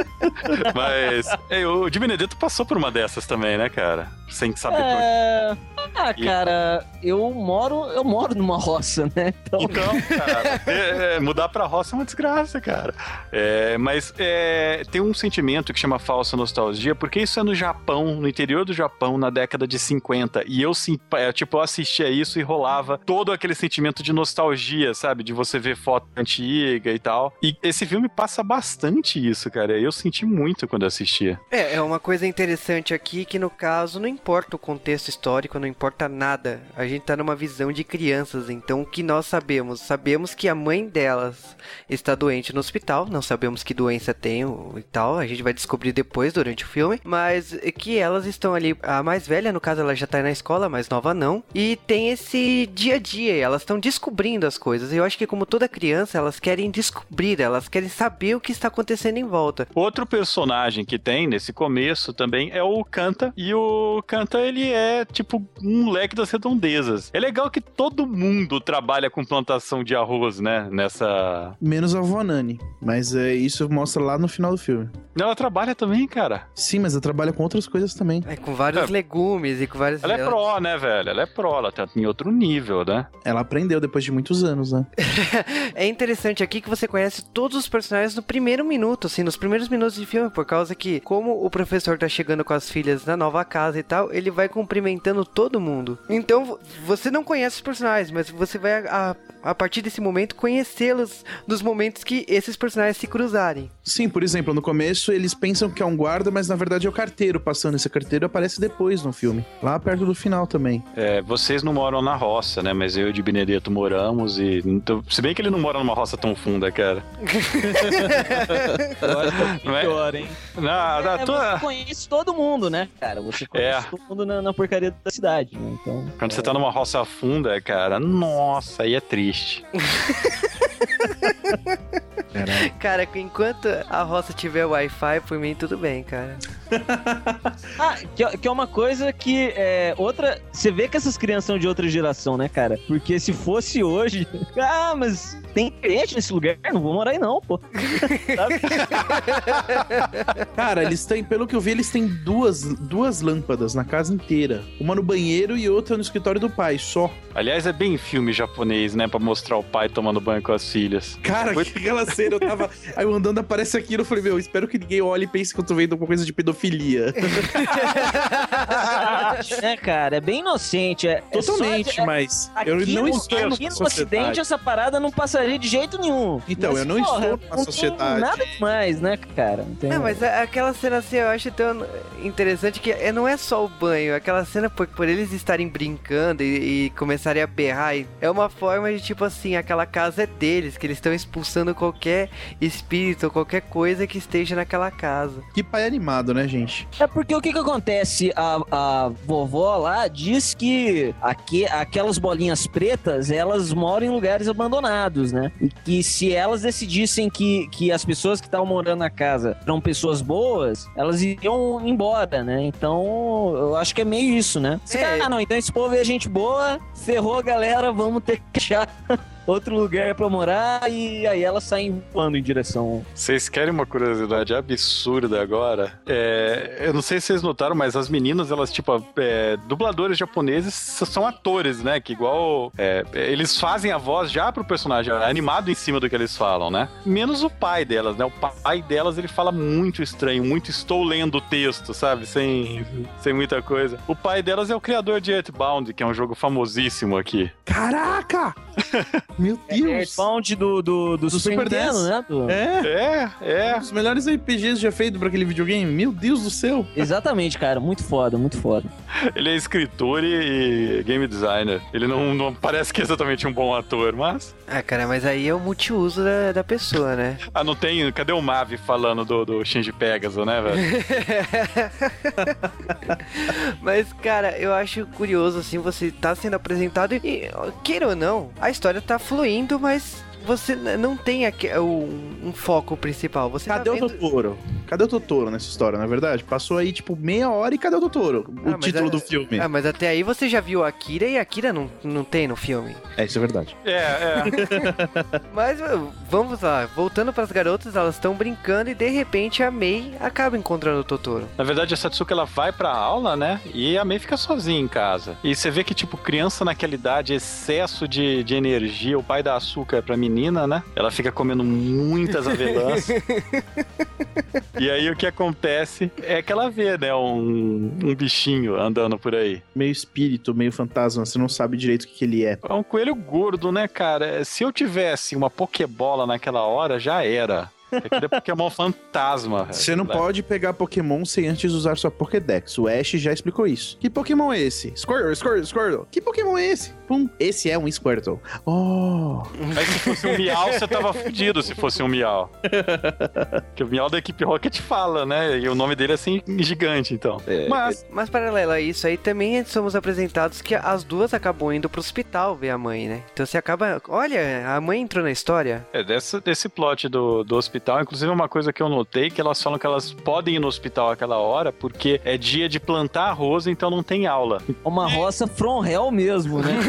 Speaker 2: Mas o Di Benedetto passou por uma dessas também, né, cara? Sem saber
Speaker 3: Cara, eu moro numa roça, né?
Speaker 2: Então, cara, mudar pra roça é uma desgraça, cara. Mas tem um sentimento que chama falsa nostalgia, porque isso é no Japão, no interior do Japão, na década de 50. E eu assistia isso e rolava todo aquele sentimento de nostalgia, sabe? De você ver foto antiga e tal. E esse filme passa bastante isso, cara. Eu senti muito quando assistia.
Speaker 1: É uma coisa interessante aqui que, no caso, não importa o contexto histórico, não importa nada. A gente tá numa visão de crianças, então o que nós sabemos? Sabemos que a mãe delas está doente no hospital, não sabemos que doença tem e tal, a gente vai descobrir depois durante o filme, mas que elas estão ali, a mais velha, no caso, ela já tá na escola, a mais nova não, e tem esse dia a dia, elas estão descobrindo as coisas, e eu acho que como toda criança, elas querem descobrir, elas querem saber o que está acontecendo em volta.
Speaker 2: Outro personagem que tem nesse começo também é o Kanta, e o Kanta, ele é tipo um moleque das redondezas. É legal que todo mundo trabalha com plantação de arroz, né, nessa...
Speaker 4: Menos a avó Nani, mas isso mostra lá no final do filme.
Speaker 2: Ela trabalha também, cara.
Speaker 4: Sim, mas ela trabalha com outras coisas também.
Speaker 1: Com vários legumes e com vários...
Speaker 2: Ela é pró, né, velho? Ela é pró, ela tá em outro nível, né?
Speaker 4: Ela aprendeu depois de muitos anos, né?
Speaker 1: É interessante aqui que você conhece todos os personagens no primeiro minuto, assim, nos primeiros minutos de filme, por causa que, como o professor tá chegando com as filhas na nova casa e tal, ele vai cumprimentando todo mundo. Então, você não conhece os personagens, mas você vai, a partir desse momento, conhecê-los nos momentos que esses personagens se cruzarem.
Speaker 4: Sim, por exemplo, no começo eles pensam que é um guarda, mas na verdade é o carteiro passando. Esse carteiro aparece depois no filme, lá perto do final também.
Speaker 2: Vocês não moram na roça, né? Mas eu e o Di Benedetto moramos e... Então, se bem que ele não mora numa roça tão funda, cara.
Speaker 3: Pior, hein? Você conhece todo mundo, né, cara? Você conhece todo mundo na porcaria da cidade, né? Então,
Speaker 2: quando você tá numa roça funda, cara, nossa, aí é triste.
Speaker 1: Cara, enquanto a roça tiver Wi-Fi, por mim tudo bem, cara.
Speaker 3: Que é uma coisa que outra... Você vê que essas crianças são de outra geração, né, cara? Porque se fosse hoje... mas tem gente nesse lugar, não vou morar aí não, pô.
Speaker 4: Cara, eles têm, pelo que eu vi, eles têm duas lâmpadas na casa inteira. Uma no banheiro e outra no escritório do pai, só.
Speaker 2: Aliás, é bem filme japonês, né? Pra mostrar o pai tomando banho com as filhas.
Speaker 4: Cara, aquela cena, eu tava... Aí eu andando, aparece aquilo, eu falei, meu, espero que ninguém olhe e pense que eu tô vendo alguma coisa de pedofilia.
Speaker 3: Cara, é bem inocente.
Speaker 4: Totalmente, mas
Speaker 3: aqui,
Speaker 4: eu não estou
Speaker 3: aqui no Ocidente, essa parada não passaria de jeito nenhum.
Speaker 4: Então,
Speaker 3: mas,
Speaker 4: eu não estou numa sociedade...
Speaker 3: Não tem nada demais, né, cara?
Speaker 1: Não, mas aquela cena assim, eu acho tão interessante que não é só o banho. Aquela cena, por eles estarem brincando e começarem a berrar, é uma forma de, tipo assim, aquela casa é deles, que eles estão expulsando qualquer espírito, qualquer coisa que esteja naquela casa.
Speaker 4: Que pai animado, né, gente?
Speaker 3: É porque o que acontece? A vovó lá diz que aquelas bolinhas pretas, elas moram em lugares abandonados, né? E que se elas decidissem que as pessoas que estavam morando na casa eram pessoas boas, elas iriam embora, né? Então, eu acho que é meio isso, né? Não, então esse povo é gente boa, ferrou a galera, vamos ter que achar outro lugar pra morar, e aí elas saem voando em direção...
Speaker 2: Vocês querem uma curiosidade absurda agora? Eu não sei se vocês notaram, mas as meninas, elas, tipo, dubladores japoneses são atores, né? Que igual... eles fazem a voz já pro personagem, animado em cima do que eles falam, né? Menos o pai delas, né? O pai delas, ele fala muito estranho, muito estou lendo o texto, sabe? Sem muita coisa. O pai delas é o criador de Earthbound, que é um jogo famosíssimo aqui.
Speaker 4: Caraca! Meu Deus!
Speaker 3: Earthbound do Super Nintendo, né?
Speaker 4: Um dos melhores RPGs já feito pra aquele videogame. Meu Deus do céu!
Speaker 3: Exatamente, cara. Muito foda, muito foda.
Speaker 2: Ele é escritor e game designer. Ele não parece que é exatamente um bom ator, mas...
Speaker 1: Cara, mas aí é o multiuso da pessoa, né?
Speaker 2: Não tem... Cadê o Mavi falando do Shinji Pegasus, né, velho?
Speaker 1: Mas, cara, eu acho curioso, assim, você tá sendo apresentado e, queira ou não, a história tá fluindo, mas você não tem um foco principal. Você
Speaker 4: Cadê
Speaker 1: tá vendo...
Speaker 4: o Totoro? Cadê o Totoro nessa história, na verdade? Passou aí, tipo, meia hora e cadê o Totoro? O título do filme.
Speaker 1: Ah, mas até aí você já viu Akira e Akira não tem no filme.
Speaker 4: Isso é verdade.
Speaker 1: Mas vamos lá, voltando pras garotas, elas estão brincando e de repente a Mei acaba encontrando o Totoro.
Speaker 2: Na verdade, a Satsuki, ela vai pra aula, né? E a Mei fica sozinha em casa. E você vê que, tipo, criança naquela idade, excesso de energia, o pai dá açúcar pra menina, né? Ela fica comendo muitas avelãs. E aí o que acontece é que ela vê, né, um bichinho andando por aí.
Speaker 4: Meio espírito, meio fantasma, você não sabe direito o que ele é.
Speaker 2: É um coelho gordo, né, cara? Se eu tivesse uma Pokébola naquela hora, já era. Aquele é Pokémon fantasma.
Speaker 4: Você não pode pegar Pokémon sem antes usar sua Pokédex. O Ash já explicou isso. Que Pokémon é esse? Squirtle. Que Pokémon é esse? Pum, esse é um Squirtle. Oh.
Speaker 2: Mas se fosse um Miau, você tava fudido se fosse um Miau. Porque o Miau da equipe Rocket fala, né? E o nome dele é assim, gigante, então.
Speaker 1: Mas paralelo a isso aí, também somos apresentados que as duas acabam indo pro hospital ver a mãe, né? Então você acaba... Olha, a mãe entrou na história.
Speaker 2: Desse plot do hospital, inclusive uma coisa que eu notei, que elas falam que elas podem ir no hospital àquela hora, porque é dia de plantar arroz, então não tem aula.
Speaker 3: Uma roça from hell mesmo, né?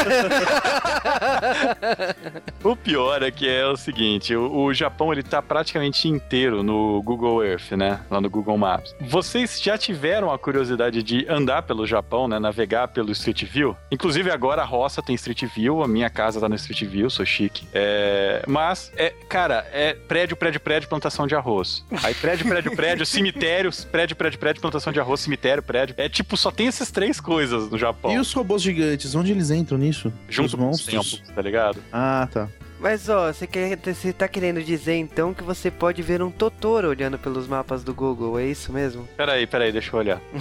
Speaker 2: O pior é que é o seguinte, o Japão, ele tá praticamente inteiro no Google Earth, né? Lá no Google Maps. Vocês já tiveram a curiosidade de andar pelo Japão, né? Navegar pelo Street View? Inclusive agora a roça tem Street View, a minha casa tá no Street View, sou chique. Mas, cara, é prédio, plantação de arroz. Aí prédio, cemitério, prédio, plantação de arroz, cemitério, prédio. É tipo, só tem essas três coisas no Japão.
Speaker 4: E os robôs gigantes, onde eles entram nisso?
Speaker 2: Junto com os tempos, tá ligado?
Speaker 4: Ah, tá.
Speaker 1: Mas ó, você tá querendo dizer então que você pode ver um Totoro olhando pelos mapas do Google, é isso mesmo?
Speaker 2: Peraí, deixa eu olhar.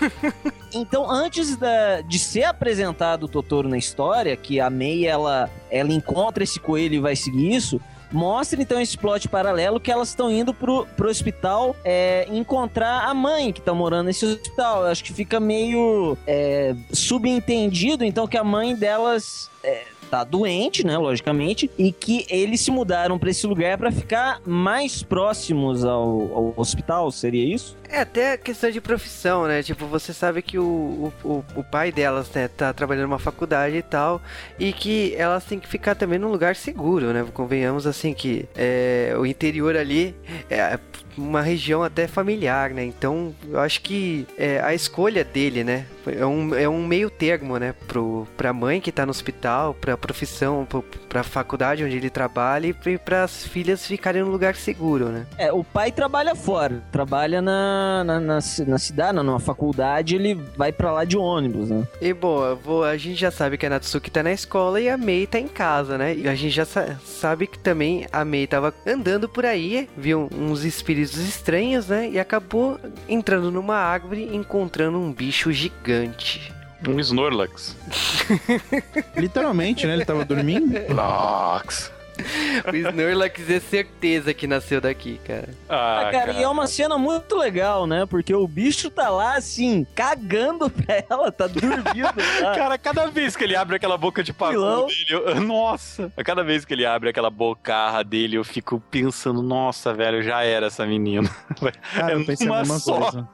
Speaker 3: Então, antes de ser apresentado o Totoro na história, que a Mei, ela encontra esse coelho e vai seguir isso, mostra então esse plot paralelo que elas estão indo pro hospital encontrar a mãe que tá morando nesse hospital. Eu acho que fica meio subentendido então que a mãe delas tá doente, né, logicamente, e que eles se mudaram pra esse lugar pra ficar mais próximos ao hospital, seria isso?
Speaker 1: É até questão de profissão, né? Tipo, você sabe que o pai delas, né, tá trabalhando numa faculdade e tal, e que elas têm que ficar também num lugar seguro, né? Convenhamos assim que o interior ali é uma região até familiar, né? Então, eu acho que a escolha dele, né? É um meio termo, né? Pra mãe que tá no hospital, pra profissão, pra faculdade onde ele trabalha e pras filhas ficarem num lugar seguro, né?
Speaker 3: O pai trabalha fora, trabalha na cidade, numa faculdade, ele vai pra lá de ônibus, né?
Speaker 1: E bom, a gente já sabe que a Natsuki tá na escola e a Mei tá em casa, né? E a gente já sabe que também a Mei tava andando por aí, viu uns espíritos estranhos, né? E acabou entrando numa árvore e encontrando um bicho gigante.
Speaker 2: Um Snorlax.
Speaker 4: Literalmente, né? Ele tava dormindo.
Speaker 2: Snorlax.
Speaker 1: O Snorlax é certeza que nasceu daqui, cara.
Speaker 3: Cara, e é uma cena muito legal, né? Porque o bicho tá lá, assim, cagando pra ela, tá dormindo. Tá?
Speaker 2: Cara, cada vez que ele abre aquela boca de pacu dele, nossa! Cada vez que ele abre aquela bocarra dele, eu fico pensando, nossa, velho, já era essa menina.
Speaker 4: Cara, eu pensei a mesma coisa.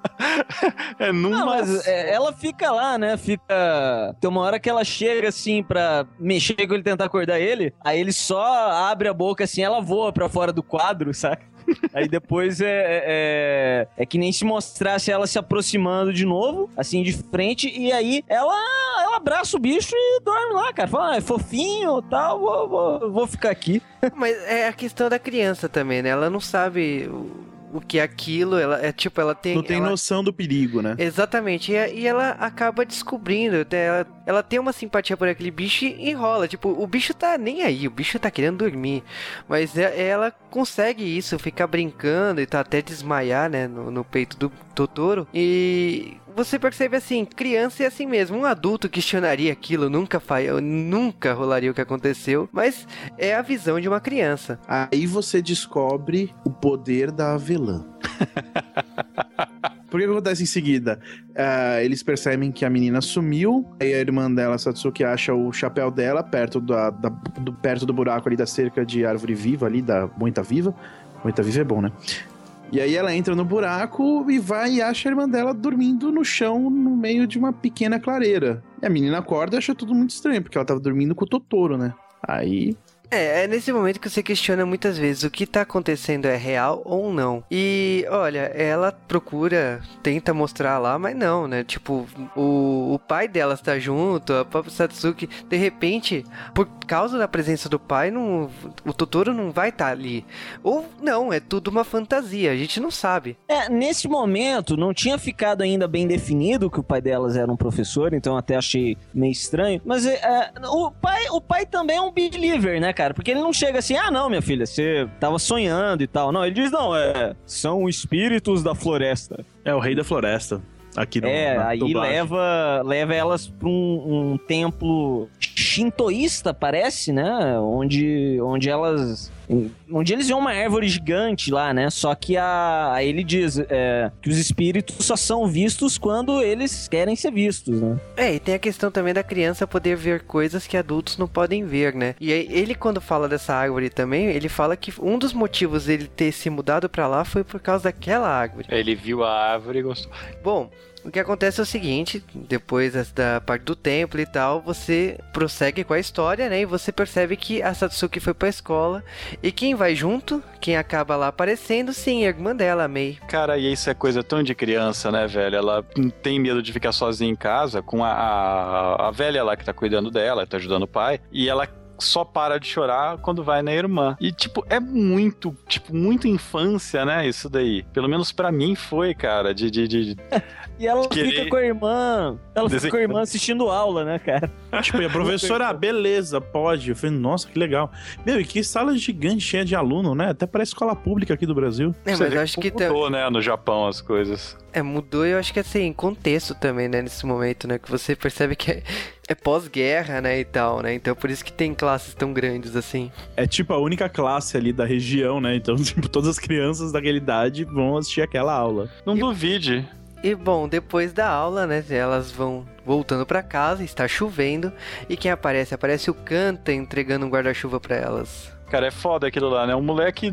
Speaker 3: Mas ela fica lá, né? Tem uma hora que ela chega, assim, pra mexer com ele, tentar acordar ele, aí ele só abre a boca assim, ela voa pra fora do quadro, saca? Aí depois é que nem se mostrasse ela se aproximando de novo, assim, de frente, e aí ela abraça o bicho e dorme lá, cara. Fala, é fofinho e tal, vou ficar aqui.
Speaker 1: Mas é a questão da criança também, né? Ela não sabe o que é aquilo, ela tem...
Speaker 4: Não tem noção do perigo, né?
Speaker 1: Exatamente, e ela acaba descobrindo, ela tem uma simpatia por aquele bicho e rola, tipo, o bicho tá nem aí, o bicho tá querendo dormir, mas ela consegue isso, ficar brincando e tá até desmaiar, né, no peito do Totoro, e... Você percebe assim, criança é assim mesmo, um adulto questionaria aquilo, nunca rolaria o que aconteceu, mas é a visão de uma criança.
Speaker 4: Aí você descobre o poder da avelã. Por que acontece em seguida? Eles percebem que a menina sumiu, aí a irmã dela, Satsuki, acha o chapéu dela perto do buraco ali da cerca de árvore viva ali, da moita viva. Moita viva é bom, né? E aí ela entra no buraco e vai e acha a irmã dela dormindo no chão, no meio de uma pequena clareira. E a menina acorda e acha tudo muito estranho, porque ela tava dormindo com o Totoro, né? Aí...
Speaker 1: É nesse momento que você questiona muitas vezes o que tá acontecendo é real ou não. E, olha, ela tenta mostrar lá, mas não, né? Tipo, o pai dela está junto, a própria Satsuki, de repente, por causa da presença do pai, o Totoro não vai estar ali. Ou não, é tudo uma fantasia, a gente não sabe.
Speaker 3: Nesse momento, não tinha ficado ainda bem definido que o pai delas era um professor, então até achei meio estranho. Mas o pai também é um believer, né, cara? Porque ele não chega assim, não, minha filha, você tava sonhando e tal. Não, ele diz, não, são espíritos da floresta.
Speaker 4: É o rei da floresta. Aqui no
Speaker 3: aí leva elas pra um templo shintoísta, parece, né? Onde eles vêem uma árvore gigante lá, né? Só que aí ele diz que os espíritos só são vistos quando eles querem ser vistos, né?
Speaker 1: E tem a questão também da criança poder ver coisas que adultos não podem ver, né? E aí, ele, quando fala dessa árvore também, ele fala que um dos motivos dele ter se mudado pra lá foi por causa daquela árvore.
Speaker 2: Ele viu a árvore e gostou.
Speaker 1: Bom, o que acontece é o seguinte, depois da parte do templo e tal, você prossegue com a história, né? E você percebe que a Satsuki foi pra escola. E quem vai junto, quem acaba lá aparecendo, sim, a irmã dela, a Mei.
Speaker 2: Cara, e isso é coisa tão de criança, né, velho? Ela tem medo de ficar sozinha em casa com a velha lá que tá cuidando dela, tá ajudando o pai. E ela só para de chorar quando vai na irmã. E, é muito infância, né, isso daí. Pelo menos pra mim foi, cara,
Speaker 3: E ela fica com a irmã. Ela fica com a irmã assistindo aula, né, cara?
Speaker 4: E a professora, beleza, pode. Eu falei, nossa, que legal. Meu, e que sala gigante cheia de aluno, né? Até parece escola pública aqui do Brasil.
Speaker 1: Mas eu acho que
Speaker 2: mudou, né, no Japão as coisas.
Speaker 1: Mudou, e eu acho que assim, contexto também, né, nesse momento, né? Que você percebe que é pós-guerra, né, e tal, né? Então por isso que tem classes tão grandes assim.
Speaker 4: É a única classe ali da região, né? Então, todas as crianças daquela idade vão assistir aquela aula.
Speaker 2: Não duvide.
Speaker 1: E bom, depois da aula, né, elas vão voltando pra casa, está chovendo, e quem aparece? Aparece o Kanta entregando um guarda-chuva pra elas.
Speaker 2: Cara, é foda aquilo lá, né? Um moleque,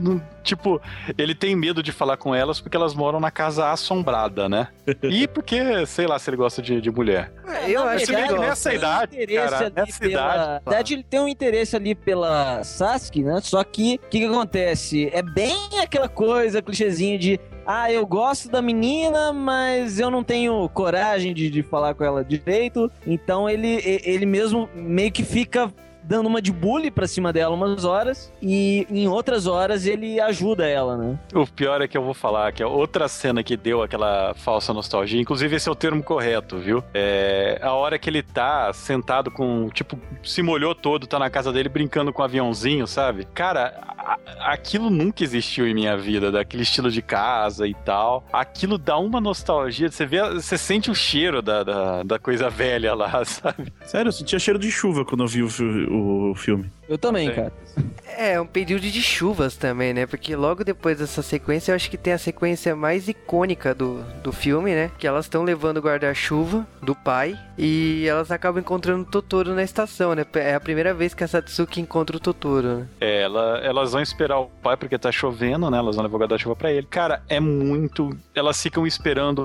Speaker 2: ele tem medo de falar com elas porque elas moram na casa assombrada, né? E porque, sei lá, se ele gosta de mulher.
Speaker 1: Eu acho que ele
Speaker 2: nessa idade, cara, nessa idade...
Speaker 3: Na verdade, ele tem um interesse ali pela Sasuke, né? Só que, o que acontece? É bem aquela coisa, clichêzinho de... eu gosto da menina, mas eu não tenho coragem de falar com ela direito. Então ele mesmo meio que fica dando uma de bully pra cima dela umas horas, e em outras horas ele ajuda ela, né?
Speaker 2: O pior é que eu vou falar que a outra cena que deu aquela falsa nostalgia, inclusive esse é o termo correto, viu? A hora que ele tá sentado com, se molhou todo, tá na casa dele brincando com um aviãozinho, sabe? Cara, aquilo nunca existiu em minha vida, daquele estilo de casa e tal. Aquilo dá uma nostalgia, você sente o cheiro da coisa velha lá, sabe?
Speaker 4: Sério, eu sentia cheiro de chuva quando eu vi o filme.
Speaker 3: Eu também, cara.
Speaker 1: Um período de chuvas também, né? Porque logo depois dessa sequência, eu acho que tem a sequência mais icônica do filme, né? Que elas estão levando o guarda-chuva do pai e elas acabam encontrando o Totoro na estação, né? É a primeira vez que a Satsuki encontra o Totoro, né?
Speaker 2: Elas vão esperar o pai porque tá chovendo, né? Elas vão levar o guarda-chuva pra ele. Cara, é muito... Elas ficam esperando.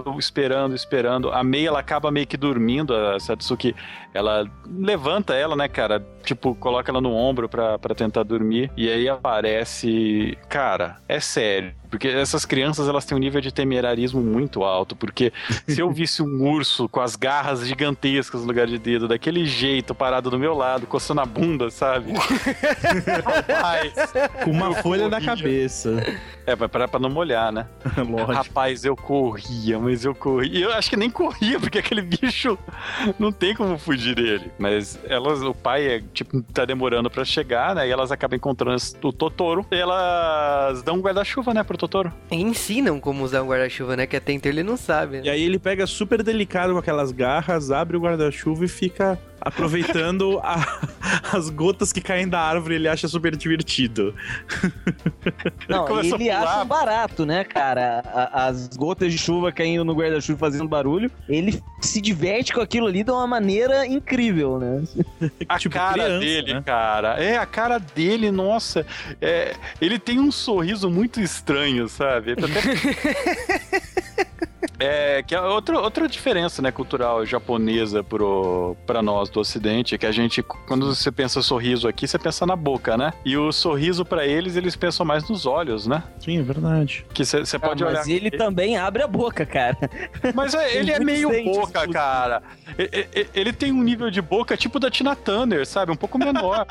Speaker 2: A Mei, ela acaba meio que dormindo, a Satsuki, ela levanta ela, né, cara? Coloca ela no ombro pra tentar dormir. E aí aparece... Cara, é sério. Porque essas crianças, elas têm um nível de temerarismo muito alto. Porque se eu visse um urso com as garras gigantescas no lugar de dedo, daquele jeito, parado do meu lado, coçando a bunda, sabe? Rapaz,
Speaker 4: com uma folha na cabeça.
Speaker 2: Pra não molhar, né?
Speaker 4: Lógico.
Speaker 2: Rapaz, eu corria. E eu acho que nem corria, porque aquele bicho não tem como fugir dele. Mas o pai tá demorando pra chegar, né? E elas acabam encontrando o Totoro. E elas dão um guarda-chuva, né, pro Totoro.
Speaker 1: E ensinam como usar um guarda-chuva, né? Que até então ele não sabe. Né?
Speaker 4: E aí ele pega super delicado com aquelas garras, abre o guarda-chuva e fica aproveitando as gotas que caem da árvore, ele acha super divertido.
Speaker 3: Não, ele acha um barato, né, cara? As gotas de chuva caindo no guarda-chuva fazendo barulho, ele se diverte com aquilo ali de uma maneira incrível, né?
Speaker 2: A
Speaker 4: Tipo
Speaker 2: cara
Speaker 4: criança,
Speaker 2: dele,
Speaker 4: né?
Speaker 2: cara. A cara dele, nossa. Ele tem um sorriso muito estranho, sabe? Que é outra diferença, né, cultural japonesa pra nós do ocidente, é que a gente, quando você pensa sorriso aqui, você pensa na boca, né? E o sorriso pra eles pensam mais nos olhos, né?
Speaker 4: Sim, é verdade.
Speaker 2: Que você pode olhar...
Speaker 3: Mas ele também abre a boca, cara.
Speaker 2: Mas ele é meio
Speaker 3: dentes,
Speaker 2: boca,
Speaker 3: inclusive.
Speaker 2: cara. Ele tem um nível de boca tipo da Tina Turner, sabe? Um pouco menor.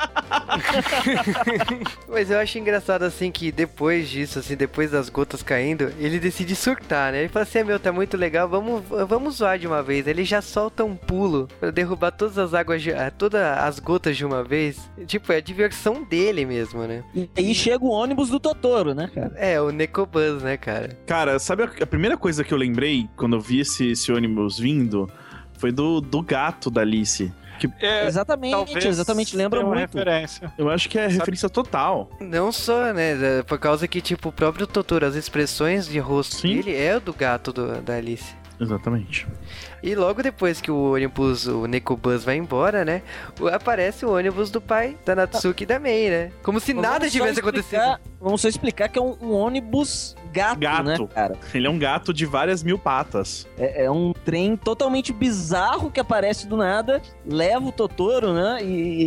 Speaker 1: Mas eu acho engraçado, assim, que depois disso, assim, depois das gotas caindo, ele decide surtar, né? Ele fala assim, tá muito legal, vamos zoar de uma vez. Ele já solta um pulo pra derrubar todas as águas, todas as gotas de uma vez. Tipo, é a diversão dele mesmo, né?
Speaker 3: E aí chega o ônibus do Totoro, né, cara?
Speaker 1: É, o Nekobus, né, cara?
Speaker 4: Cara, sabe a primeira coisa que eu lembrei quando eu vi esse ônibus vindo? Foi do gato da Alice.
Speaker 3: Exatamente, lembra
Speaker 2: tenha uma
Speaker 3: muito.
Speaker 2: referência.
Speaker 4: Eu acho que é referência total.
Speaker 1: Não só, né? Por causa que, tipo, o próprio Totoro, as expressões de rosto
Speaker 4: Sim.
Speaker 1: dele é o do gato da Alice.
Speaker 4: Exatamente.
Speaker 1: E logo depois que o ônibus, o Nekobus vai embora, né? Aparece o ônibus do pai da Natsuki e da Mei, né? Como se nada tivesse acontecido.
Speaker 3: Vamos só explicar que é um ônibus gato, né, cara?
Speaker 4: Ele é um gato de várias mil patas.
Speaker 3: É um trem totalmente bizarro que aparece do nada, leva o Totoro, né?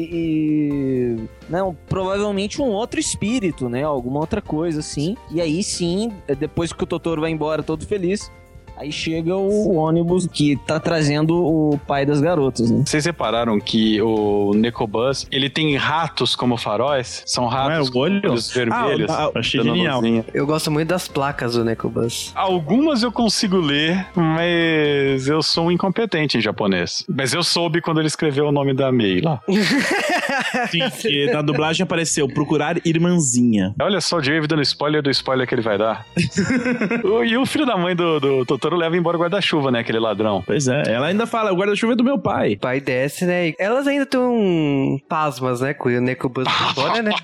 Speaker 3: Não, provavelmente um outro espírito, né? Alguma outra coisa, assim. E aí sim, depois que o Totoro vai embora todo feliz, aí chega o ônibus que tá trazendo o pai das garotas, né?
Speaker 2: Vocês repararam que o Nekobus, ele tem ratos como faróis? São ratos
Speaker 4: Não é o olho?
Speaker 2: com olhos vermelhos.
Speaker 4: Achei
Speaker 2: dando
Speaker 4: genial.
Speaker 2: luzinha.
Speaker 1: Eu gosto muito das placas do Nekobus.
Speaker 2: Algumas eu consigo ler, mas eu sou um incompetente em japonês. Mas eu soube quando ele escreveu o nome da Mei lá.
Speaker 4: Sim, que na dublagem apareceu procurar irmãzinha.
Speaker 2: Olha só o Dave dando spoiler do spoiler que ele vai dar. E o filho da mãe do Totoro leva embora o guarda-chuva, né? Aquele ladrão.
Speaker 4: Pois é, ela ainda fala, o guarda-chuva é do meu pai.
Speaker 1: O pai desce, né? E elas ainda estão pasmas, né? Com o Nekobus embora, né?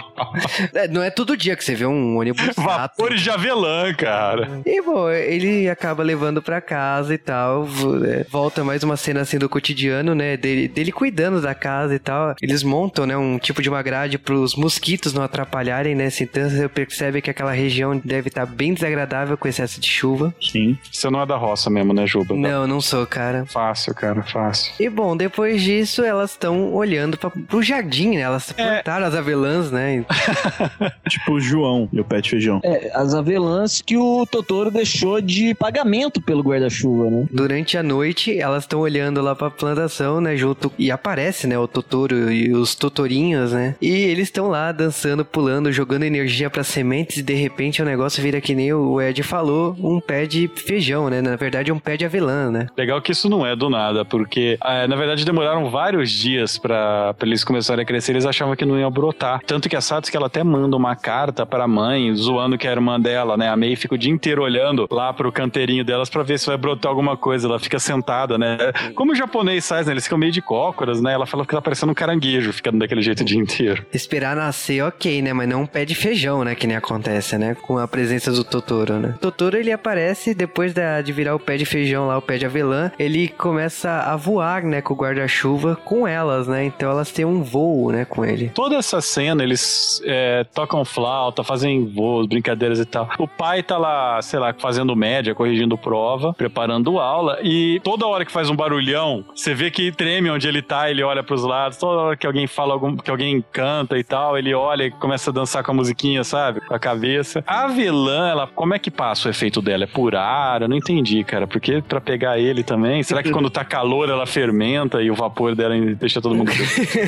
Speaker 1: Não é todo dia que você vê um ônibus gato.
Speaker 2: Vapores de avelã, cara.
Speaker 1: E, bom, ele acaba levando pra casa e tal. Volta mais uma cena assim do cotidiano, né? Dele cuidando da casa e tal. Eles montam, né? Um tipo de uma grade pros mosquitos não atrapalharem, né? Então você percebe que aquela região deve estar bem desagradável com excesso de chuva.
Speaker 4: Sim.
Speaker 2: Você não é da roça mesmo, né, Juba?
Speaker 1: Não sou, cara.
Speaker 2: Fácil, cara, fácil.
Speaker 1: E, bom, depois disso, elas estão olhando pro jardim, né? Elas plantaram as avelãs, né?
Speaker 4: Tipo o João e o pé de feijão.
Speaker 3: As avelãs que o Totoro deixou de pagamento pelo guarda-chuva, né?
Speaker 1: Durante a noite, elas estão olhando lá pra plantação, né? Junto. E aparece, né? O Totoro e os Totorinhos, né? E eles estão lá dançando, pulando, jogando energia pra sementes. E de repente o negócio vira que nem o Ed falou: um pé de feijão, né? Na verdade, é um pé de avelã, né?
Speaker 2: Legal que isso não é do nada, porque na verdade demoraram vários dias pra eles começarem a crescer. Eles achavam que não iam brotar. Tanto que a Satsuki, ela até manda uma carta pra mãe, zoando que é a irmã dela, né? A Mei fica o dia inteiro olhando lá pro canteirinho delas pra ver se vai brotar alguma coisa. Ela fica sentada, né? Como o japonês faz, né? Eles ficam meio de cócoras, né? Ela fala que tá parecendo um caranguejo, ficando daquele jeito o dia inteiro.
Speaker 1: Esperar nascer, ok, né? Mas não um pé de feijão, né? Que nem acontece, né? Com a presença do Totoro, né? O Totoro, ele aparece depois de virar o pé de feijão lá, o pé de avelã. Ele começa a voar, né? Com o guarda-chuva com elas, né? Então elas têm um voo, né? Com ele.
Speaker 2: Toda essa cena, eles tocam flauta, fazem voos, brincadeiras e tal. O pai tá lá, sei lá, fazendo média, corrigindo prova, preparando aula, e toda hora que faz um barulhão, você vê que treme onde ele tá, ele olha pros lados, toda hora que alguém fala, que alguém canta e tal, ele olha e começa a dançar com a musiquinha, sabe? Com a cabeça. A avelã, ela, como é que passa o efeito dela? É por ar? Eu não entendi, cara, porque pra pegar ele também, será que quando tá calor ela fermenta e o vapor dela deixa todo mundo...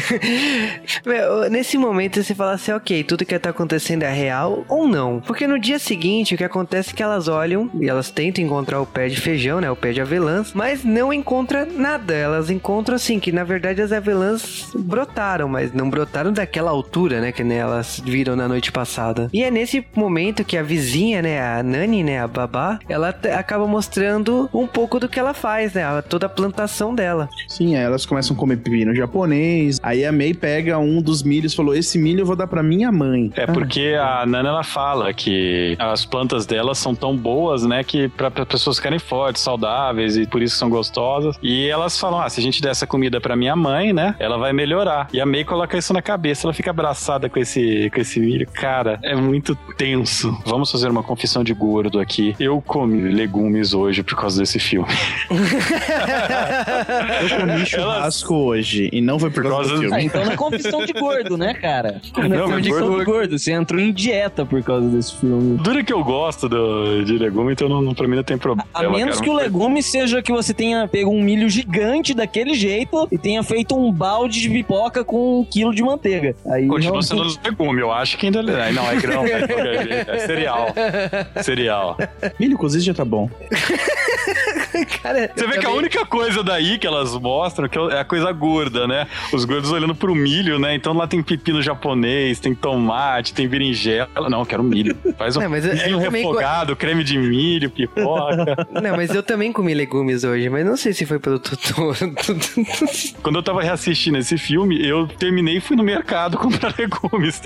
Speaker 1: Nesse momento você fala assim, ok, tudo que tá acontecendo é real ou não? Porque no dia seguinte o que acontece é que elas olham e elas tentam encontrar o pé de feijão, né, o pé de avelãs, mas não encontram nada. Elas encontram assim, que na verdade as avelãs brotaram brotaram, mas não brotaram daquela altura, né, que nem elas viram na noite passada. E é nesse momento que a vizinha, né, a Nani, né, a babá, ela acaba mostrando um pouco do que ela faz, né, toda a plantação dela.
Speaker 4: Sim, aí elas começam a comer pepino japonês, aí a May pega um dos milhos e falou, esse milho eu vou dar pra minha mãe.
Speaker 2: É porque a Nana, ela fala que as plantas dela são tão boas, né, que pra pessoas ficarem fortes, saudáveis e por isso são gostosas. E elas falam, se a gente der essa comida pra minha mãe, né, ela vai melhorar. E a May coloca isso na cabeça, ela fica abraçada com esse milho. Cara, é muito tenso. Vamos fazer uma confissão de gordo aqui. Eu comi legumes hoje por causa desse filme.
Speaker 4: Eu comi churrasco hoje e não foi por causa do filme.
Speaker 3: Então não é confissão de gordo, né, cara?
Speaker 2: Não, mas
Speaker 3: gordo. Você entrou em dieta por causa desse filme.
Speaker 2: Dura que eu gosto de legume, então pra mim não tem problema.
Speaker 3: A menos que o legume seja que você tenha pego um milho gigante daquele jeito e tenha feito um balde de pipoca com 1 quilo de manteiga. Aí
Speaker 2: continua sendo legume, eu acho que ainda... Não, é grão, é cereal.
Speaker 4: Milho cozido já tá bom.
Speaker 1: Cara,
Speaker 2: você vê que a única coisa daí que elas mostram que é a coisa gorda, né? Os gordos olhando pro milho, né? Então lá tem pepino japonês, tem tomate, tem berinjela. Não, eu quero milho. Faz um milho refogado, creme de milho, pipoca.
Speaker 1: Não, mas eu também comi legumes hoje, mas não sei se foi pelo tutor.
Speaker 2: Quando eu tava reassistindo esse filme, eu terminei e fui no mercado comprar legumes.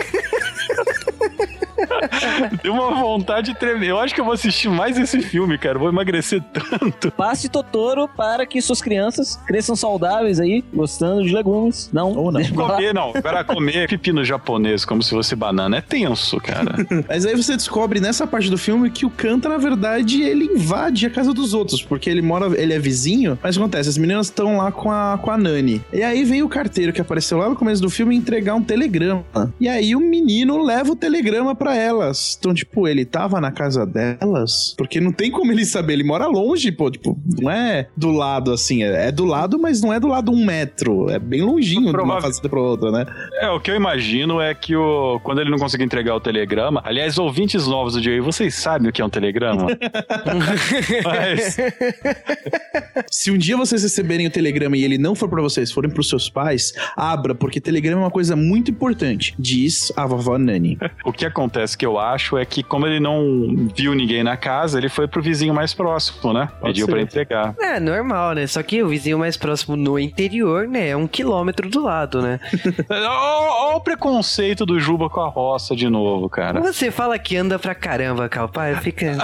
Speaker 2: Deu uma vontade tremenda. Eu acho que eu vou assistir mais esse filme, cara. Vou emagrecer tanto.
Speaker 3: Passe Totoro para que suas crianças cresçam saudáveis aí, gostando de legumes. Não.
Speaker 4: Ou não.
Speaker 2: Para comer pepino japonês como se fosse banana é tenso, cara.
Speaker 4: Mas aí você descobre nessa parte do filme que o Kanta, na verdade, ele invade a casa dos outros, porque ele é vizinho, mas acontece, as meninas estão lá com a Nani. E aí vem o carteiro que apareceu lá no começo do filme entregar um telegrama. E aí o menino leva o telegrama pra elas. Então, tipo, ele tava na casa delas, porque não tem como ele saber, ele mora longe, pô, tipo, não é do lado assim, é do lado, mas não é do lado 1 metro, é bem longinho de uma fazenda pra outra, né?
Speaker 2: O que eu imagino é que quando ele não conseguiu entregar o telegrama, aliás, ouvintes novos do dia, vocês sabem o que é um telegrama? Mas...
Speaker 4: Se um dia vocês receberem o telegrama e ele não for pra vocês, forem pros seus pais, abra, porque telegrama é uma coisa muito importante, diz a vovó Nani.
Speaker 2: O que acontece que eu acho é que como ele não viu ninguém na casa, ele foi pro vizinho mais próximo, né? Pediu pra entregar.
Speaker 1: É, normal, né? Só que o vizinho mais próximo no interior, né? É 1 quilômetro do lado, né?
Speaker 2: Olha o preconceito do Juba com a roça de novo, cara.
Speaker 1: Você fala que anda pra caramba, Calpai, fica...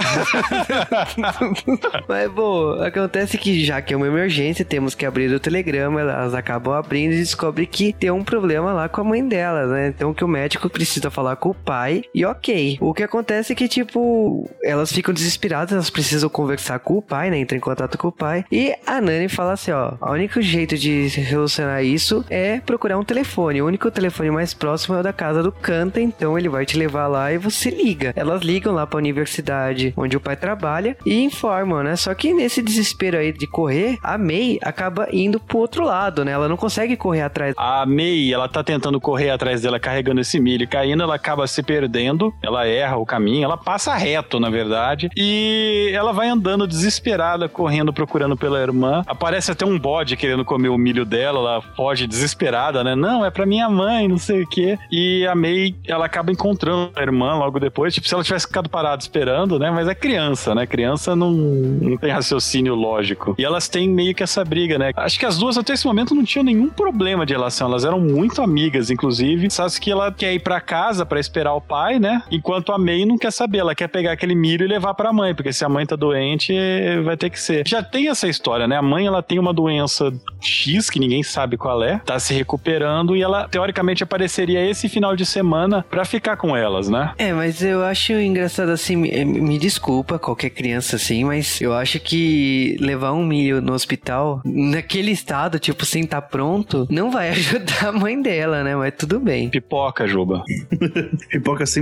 Speaker 1: Mas, bom, acontece que já que é uma emergência, temos que abrir o telegrama, elas acabam abrindo e descobrem que tem um problema lá com a mãe delas, né? Então que o médico precisa falar com o pai e ok. O que acontece é que, tipo, elas ficam desesperadas, elas precisam conversar com o pai, né? Entra em contato com o pai. E a Nani fala assim, ó, o único jeito de solucionar isso é procurar um telefone. O único telefone mais próximo é o da casa do Kanta, então ele vai te levar lá e você liga. Elas ligam lá pra universidade onde o pai trabalha e informam, né? Só que nesse desespero aí de correr, a May acaba indo pro outro lado, né? Ela não consegue correr atrás.
Speaker 2: A May, ela tá tentando correr atrás dela, carregando esse milho, caindo, ela acaba se perdendo, ela erra o caminho, ela passa reto, na verdade, e ela vai andando desesperada, correndo, procurando pela irmã. Aparece até um bode querendo comer o milho dela, ela foge desesperada, né? Não, é pra minha mãe, não sei o quê. E a May, ela acaba encontrando a irmã logo depois, tipo, se ela tivesse ficado parada esperando, né? Mas é criança, né? Criança não tem raciocínio lógico. E elas têm meio que essa briga, né? Acho que as duas até esse momento não tinham nenhum problema de relação, elas eram muito amigas, inclusive. Sabe que ela quer ir pra casa pra esperar o pai, né? Enquanto a May não quer saber, ela quer pegar aquele milho e levar pra mãe, porque se a mãe tá doente, vai ter que ser. Já tem essa história, né? A mãe, ela tem uma doença X, que ninguém sabe qual é, tá se recuperando e ela, teoricamente, apareceria esse final de semana pra ficar com elas, né?
Speaker 1: É, mas eu acho engraçado assim, me desculpa qualquer criança assim, mas eu acho que levar um milho no hospital, naquele estado, tipo, sem tá pronto, não vai ajudar a mãe dela, né? Mas tudo bem.
Speaker 2: Pipoca, Juba.
Speaker 4: Pipoca sempre faz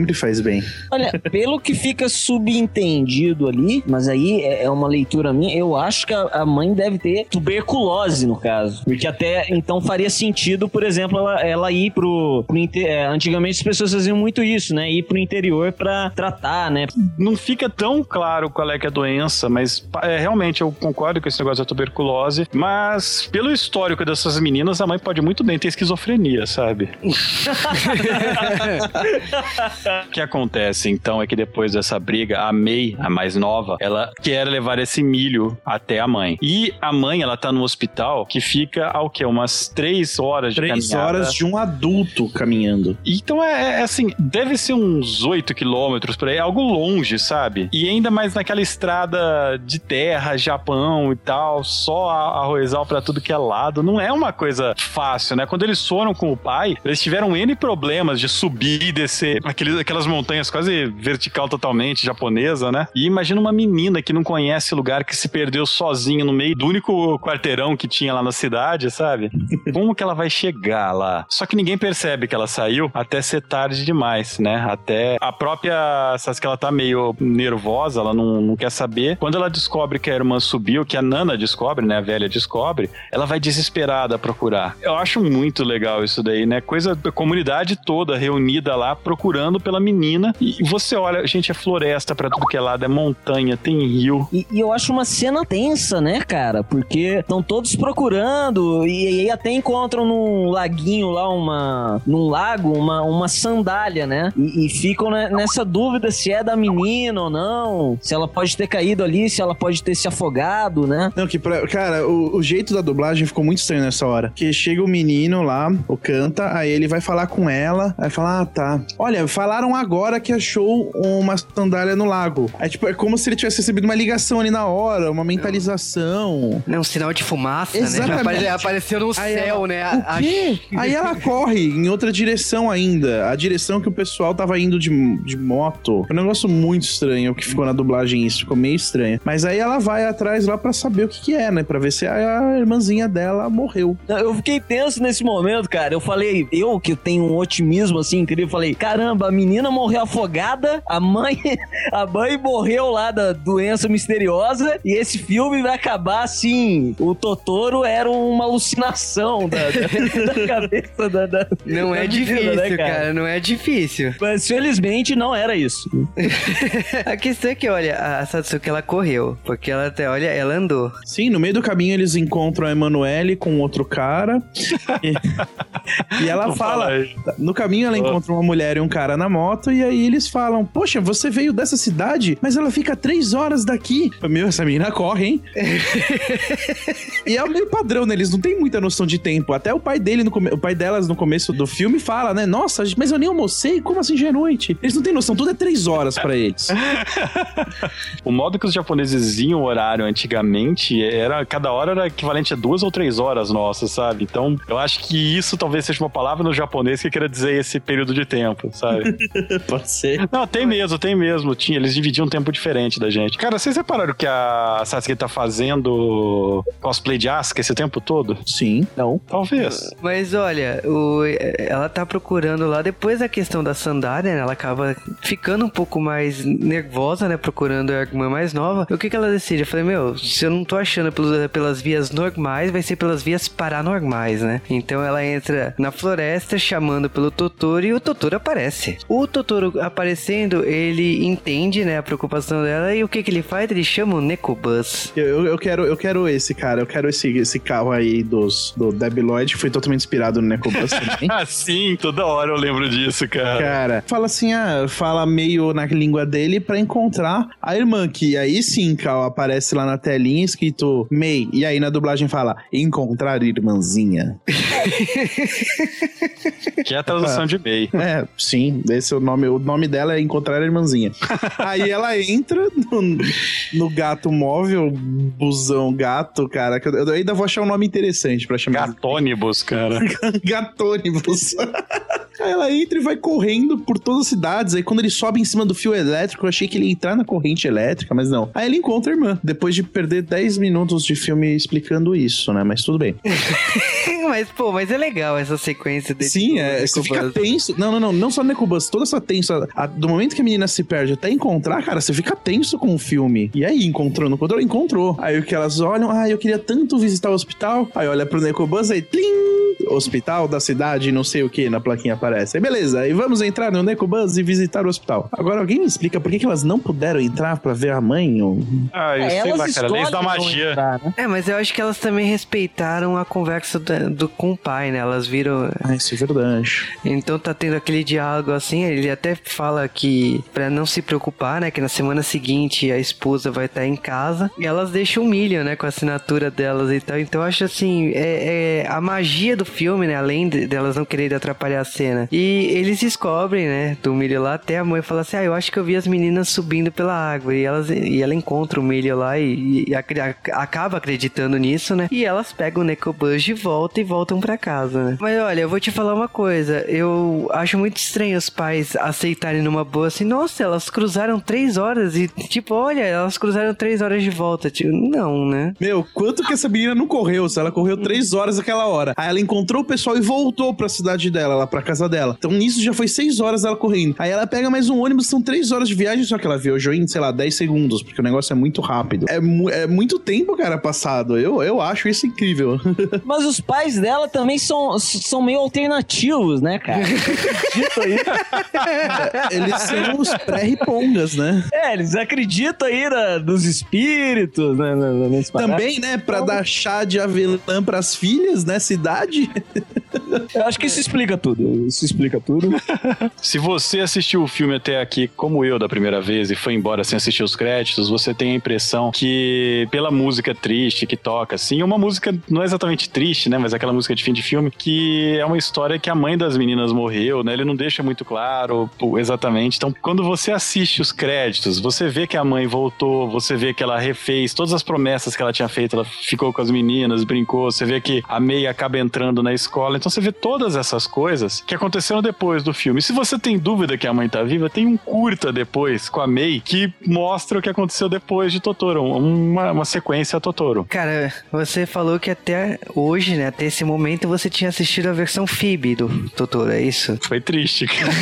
Speaker 4: bem.
Speaker 3: Olha, pelo que fica subentendido ali, mas aí é uma leitura minha, eu acho que a mãe deve ter tuberculose, no caso. Porque até então faria sentido, por exemplo, ela ir pro antigamente as pessoas faziam muito isso, né? Ir pro interior pra tratar, né?
Speaker 2: Não fica tão claro qual é que é a doença, mas realmente eu concordo com esse negócio da tuberculose, mas pelo histórico dessas meninas, a mãe pode muito bem ter esquizofrenia, sabe? O que acontece, então, é que depois dessa briga, a May, a mais nova, ela quer levar esse milho até a mãe. E a mãe, ela tá no hospital que fica, ao quê? Umas 3 horas de caminhada.
Speaker 4: 3 horas de um adulto caminhando.
Speaker 2: Então assim, deve ser uns 8 quilômetros por aí, algo longe, sabe? E ainda mais naquela estrada de terra, Japão e tal, só arrozal pra tudo que é lado, não é uma coisa fácil, né? Quando eles foram com o pai, eles tiveram N problemas de subir e descer aquelas montanhas quase vertical totalmente, japonesa, né? E imagina uma menina que não conhece lugar, que se perdeu sozinha no meio do único quarteirão que tinha lá na cidade, sabe? Como que ela vai chegar lá? Só que ninguém percebe que ela saiu até ser tarde demais, né? Até a própria, sabe que ela tá meio nervosa, ela não quer saber. Quando ela descobre que a irmã subiu, que a Nana descobre, né? A velha descobre, ela vai desesperada procurar. Eu acho muito legal isso daí, né? Coisa da comunidade toda reunida lá, procurando pela menina. E você olha, gente, é floresta pra tudo que é lado, é montanha, tem rio.
Speaker 3: E eu acho uma cena tensa, né, cara? Porque estão todos procurando e aí até encontram num laguinho lá, num lago, uma sandália, né? E ficam nessa dúvida se é da menina ou não, se ela pode ter caído ali, se ela pode ter se afogado, né?
Speaker 4: Não, cara, o jeito da dublagem ficou muito estranho nessa hora. Que chega o menino lá, o canta, aí ele vai falar com ela, aí fala, tá. Olha, falaram agora que achou uma sandália no lago. Aí, tipo, é como se ele tivesse recebido uma ligação ali na hora, uma mentalização.
Speaker 1: Não, um sinal de fumaça,
Speaker 4: exatamente,
Speaker 1: né? Apareceu no céu, né?
Speaker 4: O quê? Aí ela corre em outra direção ainda. A direção que o pessoal tava indo de moto. É um negócio muito estranho o que ficou na dublagem, isso ficou meio estranho. Mas aí ela vai atrás lá pra saber o que é, né? Pra ver se a irmãzinha dela morreu.
Speaker 3: Eu fiquei tenso nesse momento, cara. Eu falei, que tenho um otimismo assim incrível, falei, caramba, a menina morreu afogada, a mãe morreu lá da doença misteriosa e esse filme vai acabar assim, o Totoro era uma alucinação da cabeça da
Speaker 1: Não é difícil, né, cara? Não é difícil.
Speaker 3: Mas felizmente não era isso.
Speaker 1: A questão é que, olha, a Satsuki, ela correu, porque ela até, olha, ela andou.
Speaker 4: Sim, no meio do caminho eles encontram a Emanuele com outro cara e ela fala, no caminho ela encontra uma mulher e um cara na moto e aí eles falam, poxa, você veio dessa cidade, mas ela fica 3 horas daqui. Meu, essa menina corre, hein? E é o meio padrão, né? Eles não têm muita noção de tempo. Até o pai delas no começo do filme fala, né? Nossa, mas eu nem almocei, como assim já é noite? Eles não têm noção, tudo é 3 horas pra eles.
Speaker 2: O modo que os japoneses iam o horário antigamente, cada hora era equivalente a 2 ou 3 horas nossas, sabe? Então, eu acho que isso talvez seja uma palavra no japonês que queira dizer esse período de tempo, sabe?
Speaker 4: Pode ser.
Speaker 2: Não, tem mesmo. Eles dividiam um tempo diferente da gente. Cara, vocês repararam que a Satsuki tá fazendo cosplay de Asuka esse tempo todo?
Speaker 4: Sim.
Speaker 2: Não? Talvez.
Speaker 1: Mas olha, ela tá procurando lá, depois da questão da sandália, né, ela acaba ficando um pouco mais nervosa, né, procurando a irmã mais nova. O que ela decide? Eu falei, se eu não tô achando pelas vias normais, vai ser pelas vias paranormais, né? Então ela entra na floresta chamando pelo Totoro e o Totoro aparece. O Totoro aparecendo, ele entende, né, a preocupação dela e o que ele faz? Ele chama o Nekobus.
Speaker 4: Eu quero esse, cara. Eu quero esse carro aí do Debi Lloyd, que foi totalmente inspirado no Nekobus também.
Speaker 2: Ah, sim, toda hora eu lembro disso, cara.
Speaker 4: Cara, fala assim, fala meio na língua dele pra encontrar a irmã, que aí sim, Cal, aparece lá na telinha escrito May, e aí na dublagem fala, encontrar irmãzinha.
Speaker 2: Que é a tradução de May.
Speaker 4: Sim, esse é o nome dela é encontrar a irmãzinha. Aí ela entra no gato móvel, busão gato, cara, que eu ainda vou achar um nome interessante pra chamar.
Speaker 2: Gatônibus, cara.
Speaker 4: Gatônibus. Aí ela entra e vai correndo por todas as cidades. Aí quando ele sobe em cima do fio elétrico, eu achei que ele ia entrar na corrente elétrica, mas não. Aí ele encontra a irmã, depois de perder 10 minutos de filme explicando isso, né? Mas tudo bem.
Speaker 1: mas é legal essa sequência dele.
Speaker 4: Sim, você fica tenso. Não só no Necobus, toda essa tensa. Do momento que a menina se perde até encontrar, cara, você fica tenso com o filme. E aí, encontrou. Aí o que elas olham, eu queria tanto visitar o hospital. Aí olha pro Necobus, aí, tlim, hospital da cidade, não sei o que, na plaquinha aparece. Aí beleza, aí vamos entrar no Necobus e visitar o hospital. Agora, alguém me explica por que elas não puderam entrar pra ver a mãe?
Speaker 2: Eu sei lá, cara, leis da magia.
Speaker 3: Entrar, né?
Speaker 1: Mas eu acho que elas também respeitaram a conversa com o pai, né? Elas viram...
Speaker 4: Isso é verdade.
Speaker 1: Então tá tendo aquele diálogo assim, ele até fala que pra não se preocupar, né? Que na semana seguinte a esposa vai estar em casa e elas deixam o Million, né? Com a assinatura delas e tal. Então eu acho assim, a magia do filme, né? Além delas não quererem atrapalhar a cena. E eles descobrem, né? Do Million lá, até a mãe fala assim, eu acho que eu vi as meninas subindo pela água. E ela encontra o Million lá e acaba acreditando nisso, né? E elas pegam o Necobus de volta e voltam pra casa, né? Mas olha, eu vou te falar uma coisa, eu acho muito estranho os pais aceitarem numa boa assim, nossa, elas cruzaram 3 horas e tipo, olha, elas cruzaram 3 horas de volta, tipo, não, né?
Speaker 4: Meu, quanto que essa menina não correu? Se ela correu 3 horas aquela hora. Aí ela encontrou o pessoal e voltou pra cidade dela, lá pra casa dela. Então nisso já foi 6 horas ela correndo. Aí ela pega mais um ônibus, são 3 horas de viagem, só que ela viajou em, sei lá, 10 segundos, porque o negócio é muito rápido. É muito tempo, cara, passado. Eu acho isso incrível.
Speaker 3: Mas os pais dela também são meio alternativos, né, cara? Acreditam aí.
Speaker 4: Eles são os pré-ripongas, né?
Speaker 3: Eles acreditam aí dos espíritos, né?
Speaker 4: Também, né? Pra dar chá de avelã pras filhas, né? Cidade.
Speaker 3: Eu acho que isso explica tudo.
Speaker 2: Se você assistiu o filme até aqui, como eu, da primeira vez, e foi embora sem assistir os créditos, você tem a impressão que, pela música triste que toca, assim, uma música não é exatamente triste, né? Mas é aquela música de fim de filme, que é uma história que a mãe das meninas morreu, né? Ele não deixa muito claro exatamente. Então, quando você assiste os créditos, você vê que a mãe voltou, você vê que ela refez todas as promessas que ela tinha feito, ela ficou com as meninas, brincou, você vê que a May acaba entrando na escola. Então, você vê todas essas coisas que aconteceram depois do filme. E se você tem dúvida que a mãe tá viva, tem um curta depois com a May que mostra o que aconteceu depois de Totoro, uma sequência a Totoro.
Speaker 1: Cara, você falou que até hoje, né, até esse momento, você tinha assistido a versão Phoebe do Totoro, é isso?
Speaker 2: Foi triste, cara.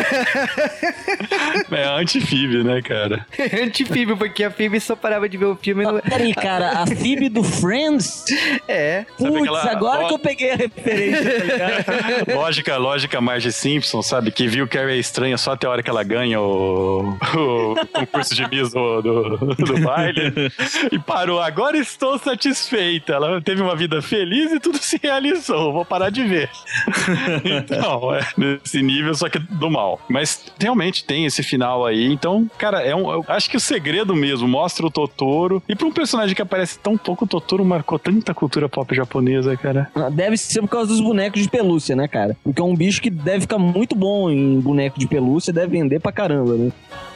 Speaker 2: É anti-Phoebe, né, cara?
Speaker 1: Anti-Phoebe, porque a Phoebe só parava de ver o filme.
Speaker 3: Peraí, cara, a Phoebe do Friends? Putz, agora que eu peguei a referência, tá ligado?
Speaker 2: Lógica Marge Simpson, sabe? Que viu Carrie é estranha só até a hora que ela ganha o concurso de Miss do baile e parou. Agora estou satisfeita. Ela teve uma vida feliz e tudo se realizou. Vou parar de ver. Então, nesse nível, só que do mal. Mas realmente tem esse final aí. Então, cara, eu acho que o segredo mesmo mostra o Totoro. E pra um personagem que aparece tão pouco, o Totoro marcou tanta cultura pop japonesa, cara.
Speaker 3: Deve ser por causa dos bonecos de pelúcia, né, cara? Porque é um bicho que deve ficar muito bom em boneco de pelúcia, deve vender pra caramba, né?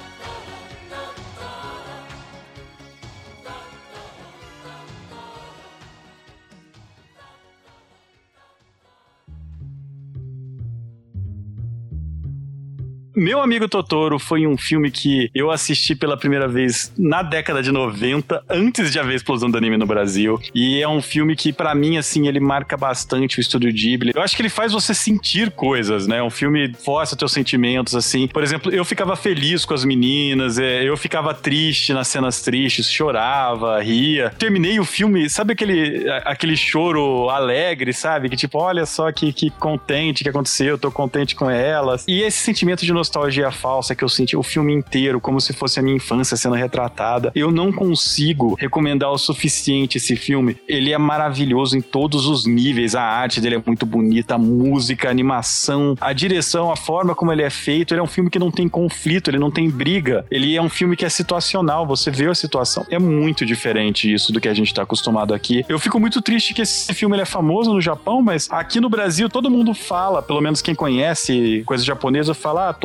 Speaker 2: Meu Amigo Totoro foi um filme que eu assisti pela primeira vez na década de 90, antes de haver a explosão do anime no Brasil. E é um filme que, pra mim, assim, ele marca bastante o Estúdio Ghibli. Eu acho que ele faz você sentir coisas, né? Um filme força teus sentimentos, assim. Por exemplo, eu ficava feliz com as meninas, eu ficava triste nas cenas tristes, chorava, ria. Terminei o filme, sabe aquele choro alegre, sabe? Que tipo, olha só que contente que aconteceu, eu tô contente com elas. E esse sentimento de nostalgia falsa que eu senti o filme inteiro, como se fosse a minha infância sendo retratada. Eu não consigo recomendar o suficiente esse filme. Ele é maravilhoso em todos os níveis. A arte dele é muito bonita, a música, a animação, a direção, a forma como ele é feito. Ele é um filme que não tem conflito, ele não tem briga. Ele é um filme que é situacional. Você vê a situação. É muito diferente isso do que a gente tá acostumado aqui. Eu fico muito triste que esse filme ele é famoso no Japão, mas aqui no Brasil todo mundo fala, pelo menos quem conhece coisa japonesa, fala,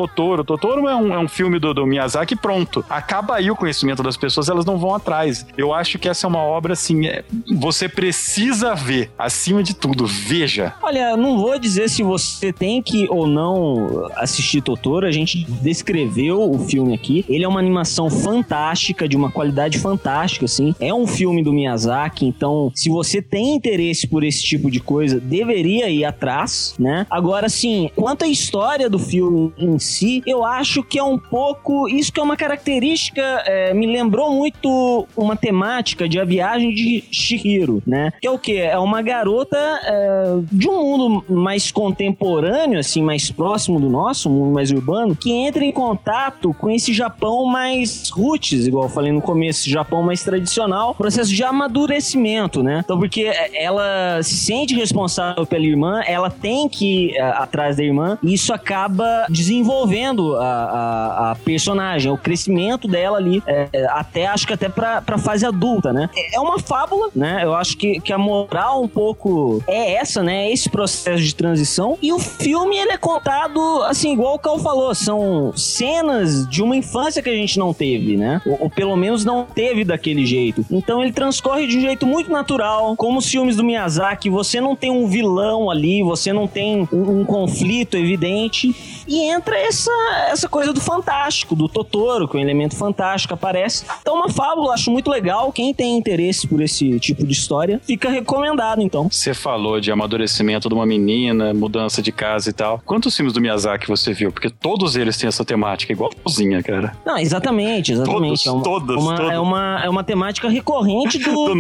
Speaker 2: Totoro. Totoro é um filme do Miyazaki pronto. Acaba aí o conhecimento das pessoas, elas não vão atrás. Eu acho que essa é uma obra, assim, você precisa ver, acima de tudo, veja.
Speaker 3: Olha, não vou dizer se você tem que ou não assistir Totoro, a gente descreveu o filme aqui. Ele é uma animação fantástica, de uma qualidade fantástica, assim. É um filme do Miyazaki, então, se você tem interesse por esse tipo de coisa, deveria ir atrás, né? Agora, assim, quanto à história do filme em si, eu acho que é um pouco... Isso que é uma característica, me lembrou muito uma temática de A Viagem de Chihiro, né? Que é o quê? É uma garota de um mundo mais contemporâneo, assim, mais próximo do nosso, um mundo mais urbano, que entra em contato com esse Japão mais roots, igual eu falei no começo, esse Japão mais tradicional, processo de amadurecimento, né? Então, porque ela se sente responsável pela irmã, ela tem que ir atrás da irmã, e isso acaba desenvolvendo a personagem, o crescimento dela ali, acho que até pra fase adulta, né? É uma fábula, né? Eu acho que a moral um pouco é essa, né? Esse processo de transição, e o filme, ele é contado, assim, igual o Cal falou, são cenas de uma infância que a gente não teve, né? Ou pelo menos não teve daquele jeito. Então ele transcorre de um jeito muito natural, como os filmes do Miyazaki, você não tem um vilão ali, você não tem um conflito evidente, e entra essa coisa do fantástico, do Totoro, que é um elemento fantástico, aparece. Então uma fábula, acho muito legal, quem tem interesse por esse tipo de história, fica recomendado, então.
Speaker 2: Você falou de amadurecimento de uma menina, mudança de casa e tal. Quantos filmes do Miyazaki você viu? Porque todos eles têm essa temática, igualzinha, cara.
Speaker 3: Não, exatamente.
Speaker 2: Todos.
Speaker 3: É uma temática recorrente
Speaker 2: do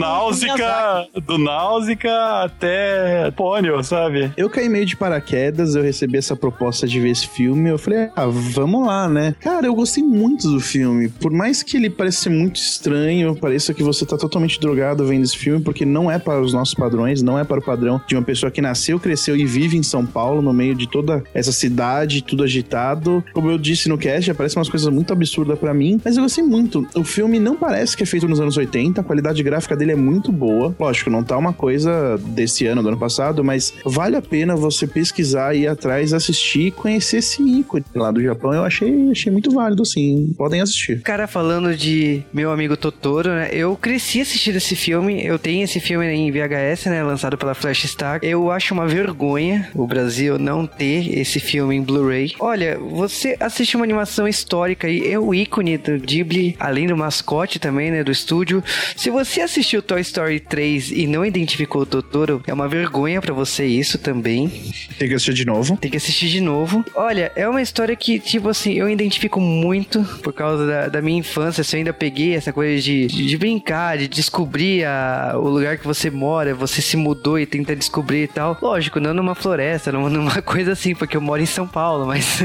Speaker 2: Náusica até Pônio, sabe?
Speaker 4: Eu caí meio de paraquedas, eu recebi essa proposta de ver esse filme, eu falei, vamos lá, né? Cara, eu gostei muito do filme. Por mais que ele pareça ser muito estranho, pareça que você tá totalmente drogado vendo esse filme, porque não é para os nossos padrões, não é para o padrão de uma pessoa que nasceu, cresceu e vive em São Paulo, no meio de toda essa cidade, tudo agitado. Como eu disse no cast, aparecem umas coisas muito absurdas pra mim, mas eu gostei muito. O filme não parece que é feito nos anos 80, a qualidade gráfica dele é muito boa. Lógico, não tá uma coisa desse ano, do ano passado, mas vale a pena você pesquisar, ir atrás, assistir e conhecer esse ícone lá do Japão. Eu achei muito válido, sim. Podem assistir.
Speaker 1: Cara, falando de Meu Amigo Totoro, né? Eu cresci assistindo esse filme. Eu tenho esse filme em VHS, né? Lançado pela Flash Star. Eu acho uma vergonha o Brasil não ter esse filme em Blu-ray. Olha, você assiste uma animação histórica e é o ícone do Ghibli, além do mascote também, né? Do estúdio. Se você assistiu Toy Story 3 e não identificou o Totoro, é uma vergonha pra você isso também.
Speaker 4: Tem que assistir de novo.
Speaker 1: Tem que assistir de novo. Olha, é uma história que, tipo assim, eu identifico muito por causa da minha infância. Se eu ainda peguei essa coisa de brincar, de descobrir o lugar que você mora, você se mudou e tenta descobrir e tal. Lógico, não numa floresta, numa coisa assim, porque eu moro em São Paulo, mas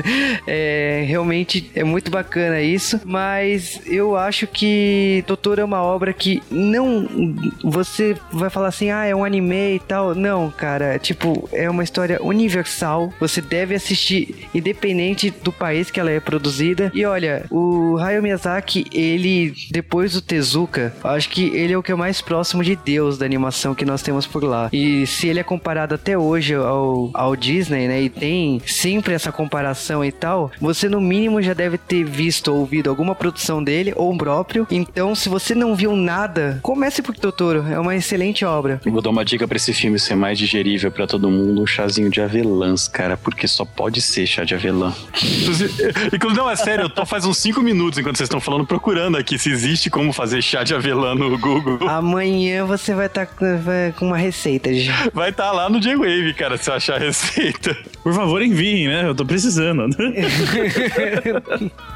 Speaker 1: realmente é muito bacana isso. Mas eu acho que Totoro é uma obra que não... Você vai falar assim, é um anime e tal. Não, cara, tipo, é uma história universal. Você deve assistir independente do país que ela é produzida. E olha, o Hayao Miyazaki, ele, depois do Tezuka, acho que ele é o que é mais próximo de Deus da animação que nós temos por lá. E se ele é comparado até hoje ao Disney, né, e tem sempre essa comparação e tal, você no mínimo já deve ter visto ou ouvido alguma produção dele, ou próprio. Então, se você não viu nada, comece por Totoro, é uma excelente obra.
Speaker 2: Eu vou dar uma dica pra esse filme ser mais digerível pra todo mundo, um chazinho de avelãs, cara, porque só pode ser chá de avelã. Inclusive, não, é sério, eu tô faz uns 5 minutos enquanto vocês estão falando, procurando aqui se existe como fazer chá de avelã no Google.
Speaker 1: Amanhã você vai estar com uma receita já.
Speaker 2: Vai estar lá no J-Wave, cara, se eu achar a receita.
Speaker 4: Por favor, enviem, né? Eu tô precisando.